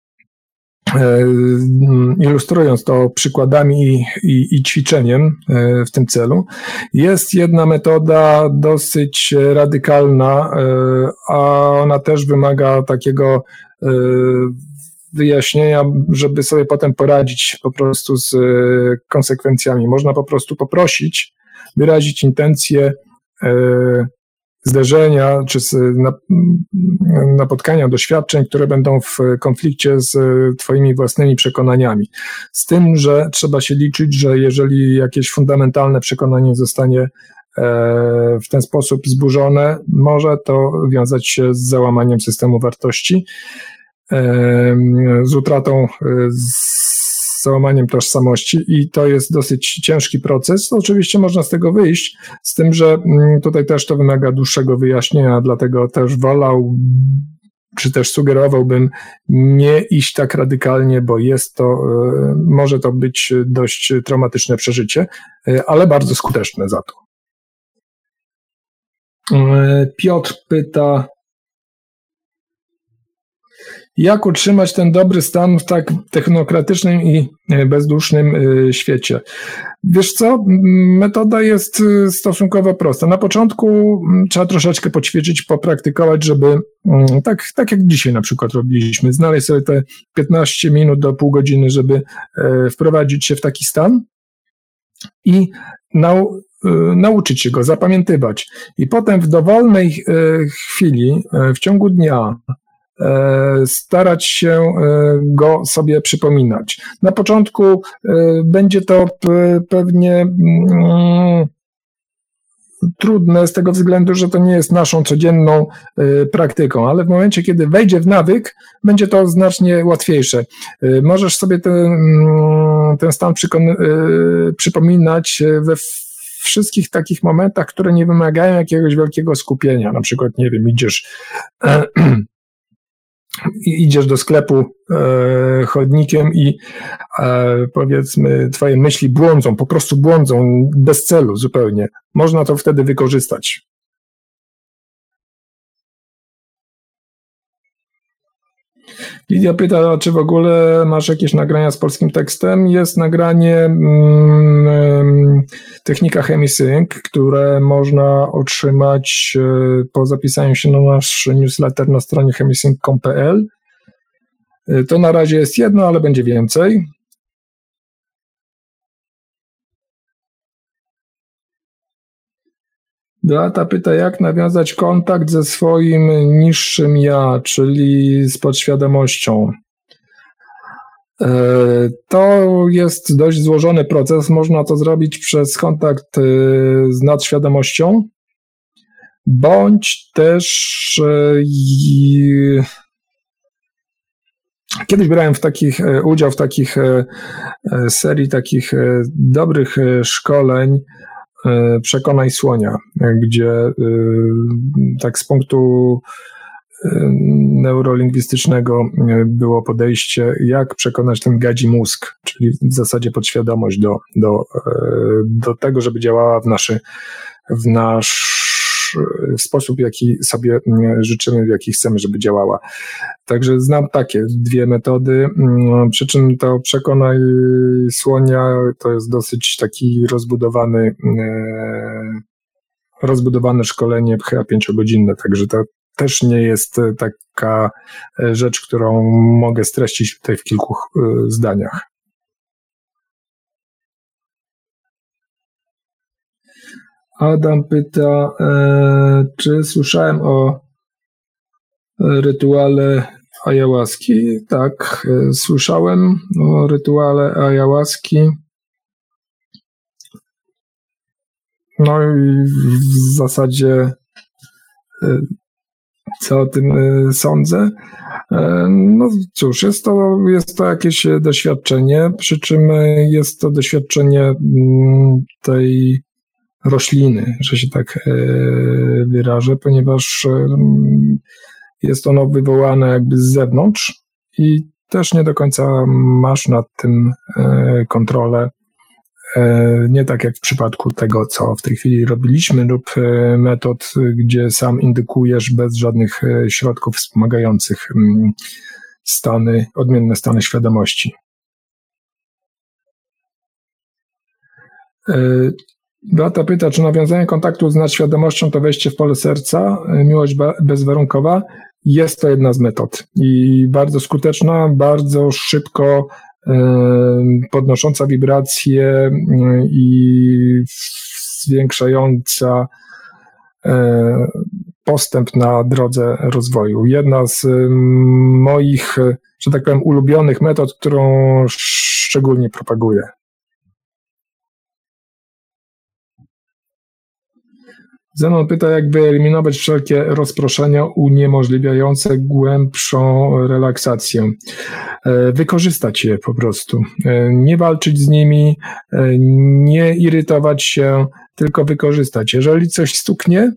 ilustrując to przykładami i, i, i ćwiczeniem w tym celu. Jest jedna metoda dosyć radykalna, a ona też wymaga takiego wyjaśnienia, żeby sobie potem poradzić po prostu z konsekwencjami. Można po prostu poprosić, wyrazić intencje zderzenia czy napotkania doświadczeń, które będą w konflikcie z twoimi własnymi przekonaniami. Z tym, że trzeba się liczyć, że jeżeli jakieś fundamentalne przekonanie zostanie w ten sposób zburzone, może to wiązać się z załamaniem systemu wartości, z utratą, z załamaniem tożsamości i to jest dosyć ciężki proces. Oczywiście można z tego wyjść, z tym, że tutaj też to wymaga dłuższego wyjaśnienia, dlatego też wolał, czy też sugerowałbym nie iść tak radykalnie, bo jest to, może to być dość traumatyczne przeżycie, ale bardzo skuteczne za to. Piotr pyta, jak utrzymać ten dobry stan w tak technokratycznym i bezdusznym świecie? Wiesz co, metoda jest stosunkowo prosta. Na początku trzeba troszeczkę poćwiczyć, popraktykować, żeby, tak, tak jak dzisiaj na przykład robiliśmy, znaleźć sobie te piętnaście minut do pół godziny, żeby wprowadzić się w taki stan i nau, nauczyć się go, zapamiętywać. I potem w dowolnej chwili, w ciągu dnia, starać się go sobie przypominać. Na początku będzie to pewnie trudne z tego względu, że to nie jest naszą codzienną praktyką, ale w momencie, kiedy wejdzie w nawyk, będzie to znacznie łatwiejsze. Możesz sobie ten, ten stan przypominać we wszystkich takich momentach, które nie wymagają jakiegoś wielkiego skupienia. Na przykład, nie wiem, idziesz idziesz do sklepu e, chodnikiem i e, powiedzmy twoje myśli błądzą, po prostu błądzą bez celu zupełnie. Można to wtedy wykorzystać. Lidia pyta, czy w ogóle masz jakieś nagrania z polskim tekstem? Jest nagranie mm, Technika Chemisync, które można otrzymać po zapisaniu się na nasz newsletter na stronie chemisync kropka com kropka p l. To na razie jest jedno, ale będzie więcej. Beata pyta, jak nawiązać kontakt ze swoim niższym ja, czyli z podświadomością. To jest dość złożony proces. Można to zrobić przez kontakt z nadświadomością, bądź też kiedyś brałem w takich, udział w takich serii takich dobrych szkoleń Przekonaj Słonia, gdzie tak z punktu neurolingwistycznego było podejście, jak przekonać ten gadzi mózg, czyli w zasadzie podświadomość do, do, do tego, żeby działała w, naszy, w nasz sposób, jaki sobie życzymy, w jaki chcemy, żeby działała. Także znam takie dwie metody, przy czym to Przekonaj Słonia to jest dosyć taki rozbudowany rozbudowane szkolenie, chyba pięciogodzinne, także to też nie jest taka rzecz, którą mogę streścić tutaj w kilku zdaniach. Adam pyta, czy słyszałem o rytuale ayahuaski? Tak, słyszałem o rytuale ayahuaski. No i w zasadzie co o tym sądzę? No cóż, jest to, jest to jakieś doświadczenie, przy czym jest to doświadczenie tej rośliny, że się tak wyrażę, ponieważ jest ono wywołane jakby z zewnątrz i też nie do końca masz nad tym kontrolę. Nie tak jak w przypadku tego, co w tej chwili robiliśmy, lub metod, gdzie sam indykujesz bez żadnych środków wspomagających stany, odmienne stany świadomości. Beata pyta, czy nawiązanie kontaktu z nadświadomością to wejście w pole serca, miłość bezwarunkowa? Jest to jedna z metod i bardzo skuteczna, bardzo szybko podnosząca wibracje i zwiększająca postęp na drodze rozwoju. Jedna z moich, że tak powiem, ulubionych metod, którą szczególnie propaguję. Zenon pyta, jak wyeliminować wszelkie rozproszenia uniemożliwiające głębszą relaksację. Wykorzystać je po prostu. Nie walczyć z nimi, nie irytować się, tylko wykorzystać. Jeżeli coś stuknie,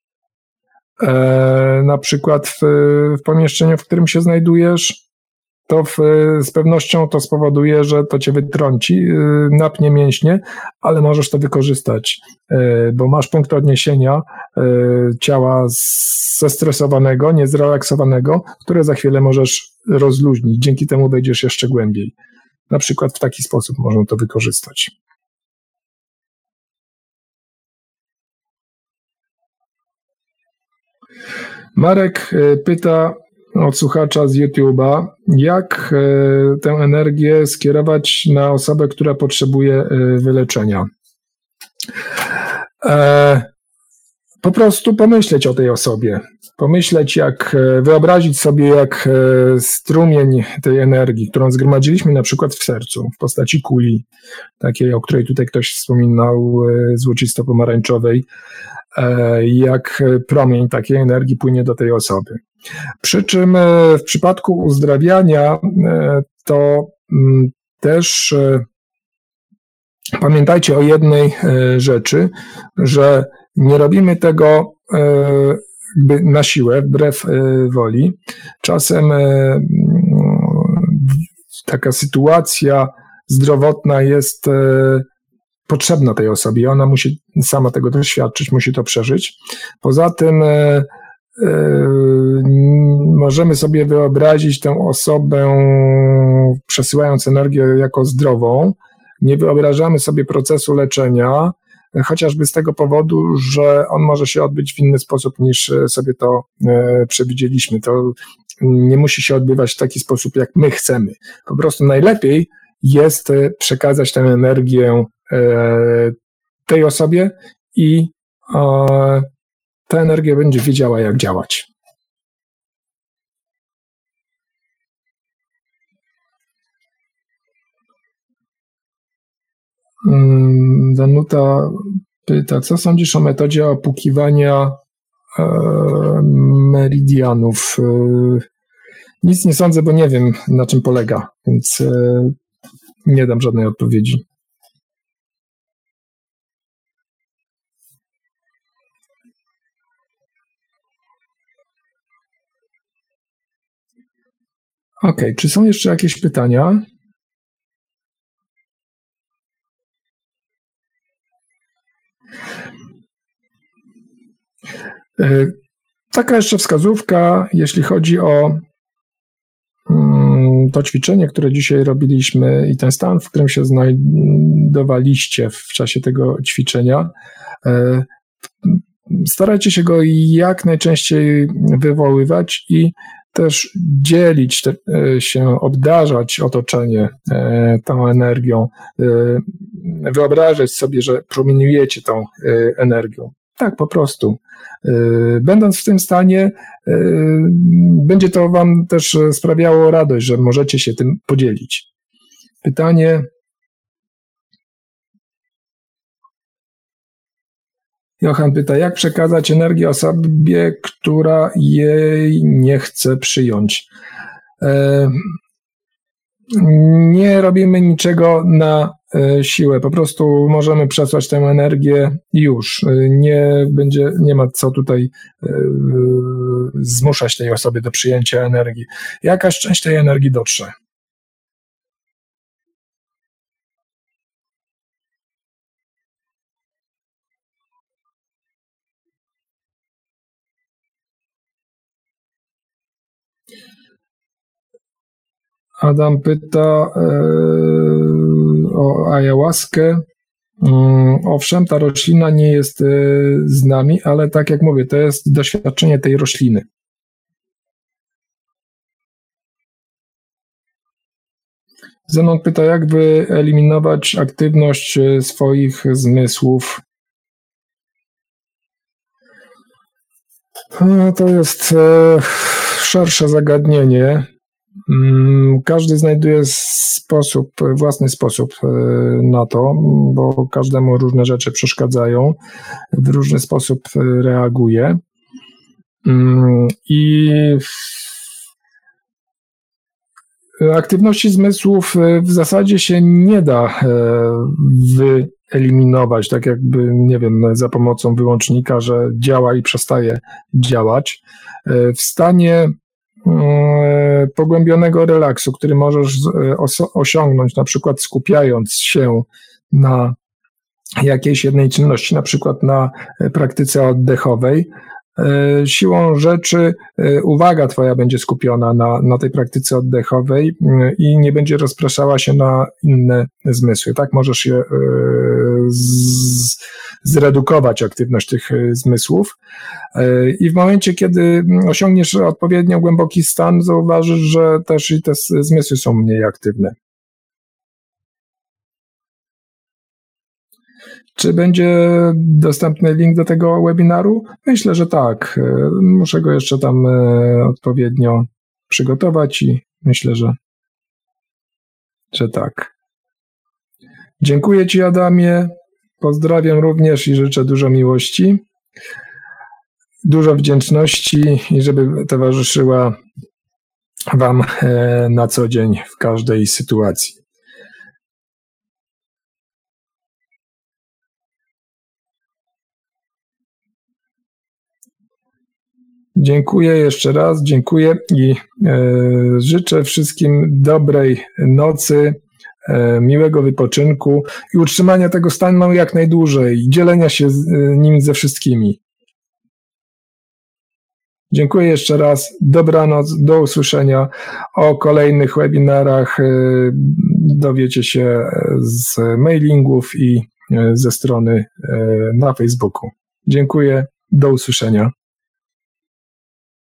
na przykład w, w pomieszczeniu, w którym się znajdujesz, to w, z pewnością to spowoduje, że to cię wytrąci, napnie mięśnie, ale możesz to wykorzystać, bo masz punkt odniesienia ciała zestresowanego, niezrelaksowanego, które za chwilę możesz rozluźnić. Dzięki temu wejdziesz jeszcze głębiej. Na przykład w taki sposób można to wykorzystać. Marek pyta od słuchacza z YouTube'a, jak tę energię skierować na osobę, która potrzebuje wyleczenia. Po prostu pomyśleć o tej osobie. Pomyśleć, jak wyobrazić sobie, jak strumień tej energii, którą zgromadziliśmy na przykład w sercu, w postaci kuli, takiej, o której tutaj ktoś wspominał, złocisto-pomarańczowej, jak promień takiej energii płynie do tej osoby. Przy czym w przypadku uzdrawiania to też pamiętajcie o jednej rzeczy, że nie robimy tego jakby na siłę, wbrew woli. Czasem taka sytuacja zdrowotna jest potrzebna tej osobie. Ona musi sama tego doświadczyć, musi to przeżyć. Poza tym możemy sobie wyobrazić tę osobę, przesyłając energię jako zdrową. Nie wyobrażamy sobie procesu leczenia, chociażby z tego powodu, że on może się odbyć w inny sposób niż sobie to przewidzieliśmy. To nie musi się odbywać w taki sposób, jak my chcemy. Po prostu najlepiej jest przekazać tę energię tej osobie i ta energia będzie wiedziała, jak działać. Danuta pyta, co sądzisz o metodzie opukiwania e, meridianów? E, nic nie sądzę, bo nie wiem, na czym polega, więc e, nie dam żadnej odpowiedzi. Ok, czy są jeszcze jakieś pytania? Taka jeszcze wskazówka, jeśli chodzi o to ćwiczenie, które dzisiaj robiliśmy i ten stan, w którym się znajdowaliście w czasie tego ćwiczenia. Starajcie się go jak najczęściej wywoływać i też dzielić się, obdarzać otoczenie tą energią, wyobrażać sobie, że promieniujecie tą energią. Tak, po prostu. Będąc w tym stanie, będzie to wam też sprawiało radość, że możecie się tym podzielić. Pytanie. Johan pyta, jak przekazać energię osobie, która jej nie chce przyjąć? nie robimy niczego na siłę, po prostu możemy przesłać tę energię i już. Nie będzie, nie ma co tutaj zmuszać tej osoby do przyjęcia energii. Jakaś część tej energii dotrze. Adam pyta e, o ayahuaskę. Um, owszem, ta roślina nie jest e, z nami, ale tak jak mówię, to jest doświadczenie tej rośliny. Zenon pyta, jak wyeliminować aktywność swoich zmysłów. No, to jest e, szersze zagadnienie. Każdy znajduje sposób, własny sposób na to, bo każdemu różne rzeczy przeszkadzają, w różny sposób reaguje. I aktywności zmysłów w zasadzie się nie da wyeliminować, tak jakby, nie wiem, za pomocą wyłącznika, że działa i przestaje działać. W stanie pogłębionego relaksu, który możesz osiągnąć, na przykład skupiając się na jakiejś jednej czynności, na przykład na praktyce oddechowej, siłą rzeczy uwaga twoja będzie skupiona na, na tej praktyce oddechowej i nie będzie rozpraszała się na inne zmysły. Tak możesz je z, zredukować aktywność tych zmysłów i w momencie, kiedy osiągniesz odpowiednio głęboki stan, zauważysz, że też i te zmysły są mniej aktywne. Czy będzie dostępny link do tego webinaru? Myślę, że tak. Muszę go jeszcze tam odpowiednio przygotować i myślę, że, że tak. Dziękuję Ci, Adamie. Pozdrawiam również i życzę dużo miłości, dużo wdzięczności i żeby towarzyszyła Wam na co dzień w każdej sytuacji. Dziękuję jeszcze raz, dziękuję i e, życzę wszystkim dobrej nocy, e, miłego wypoczynku i utrzymania tego stanu jak najdłużej, dzielenia się z, e, nim ze wszystkimi. Dziękuję jeszcze raz, dobranoc, do usłyszenia. O kolejnych webinarach e, dowiecie się z mailingów i e, ze strony e, na Facebooku. Dziękuję, do usłyszenia.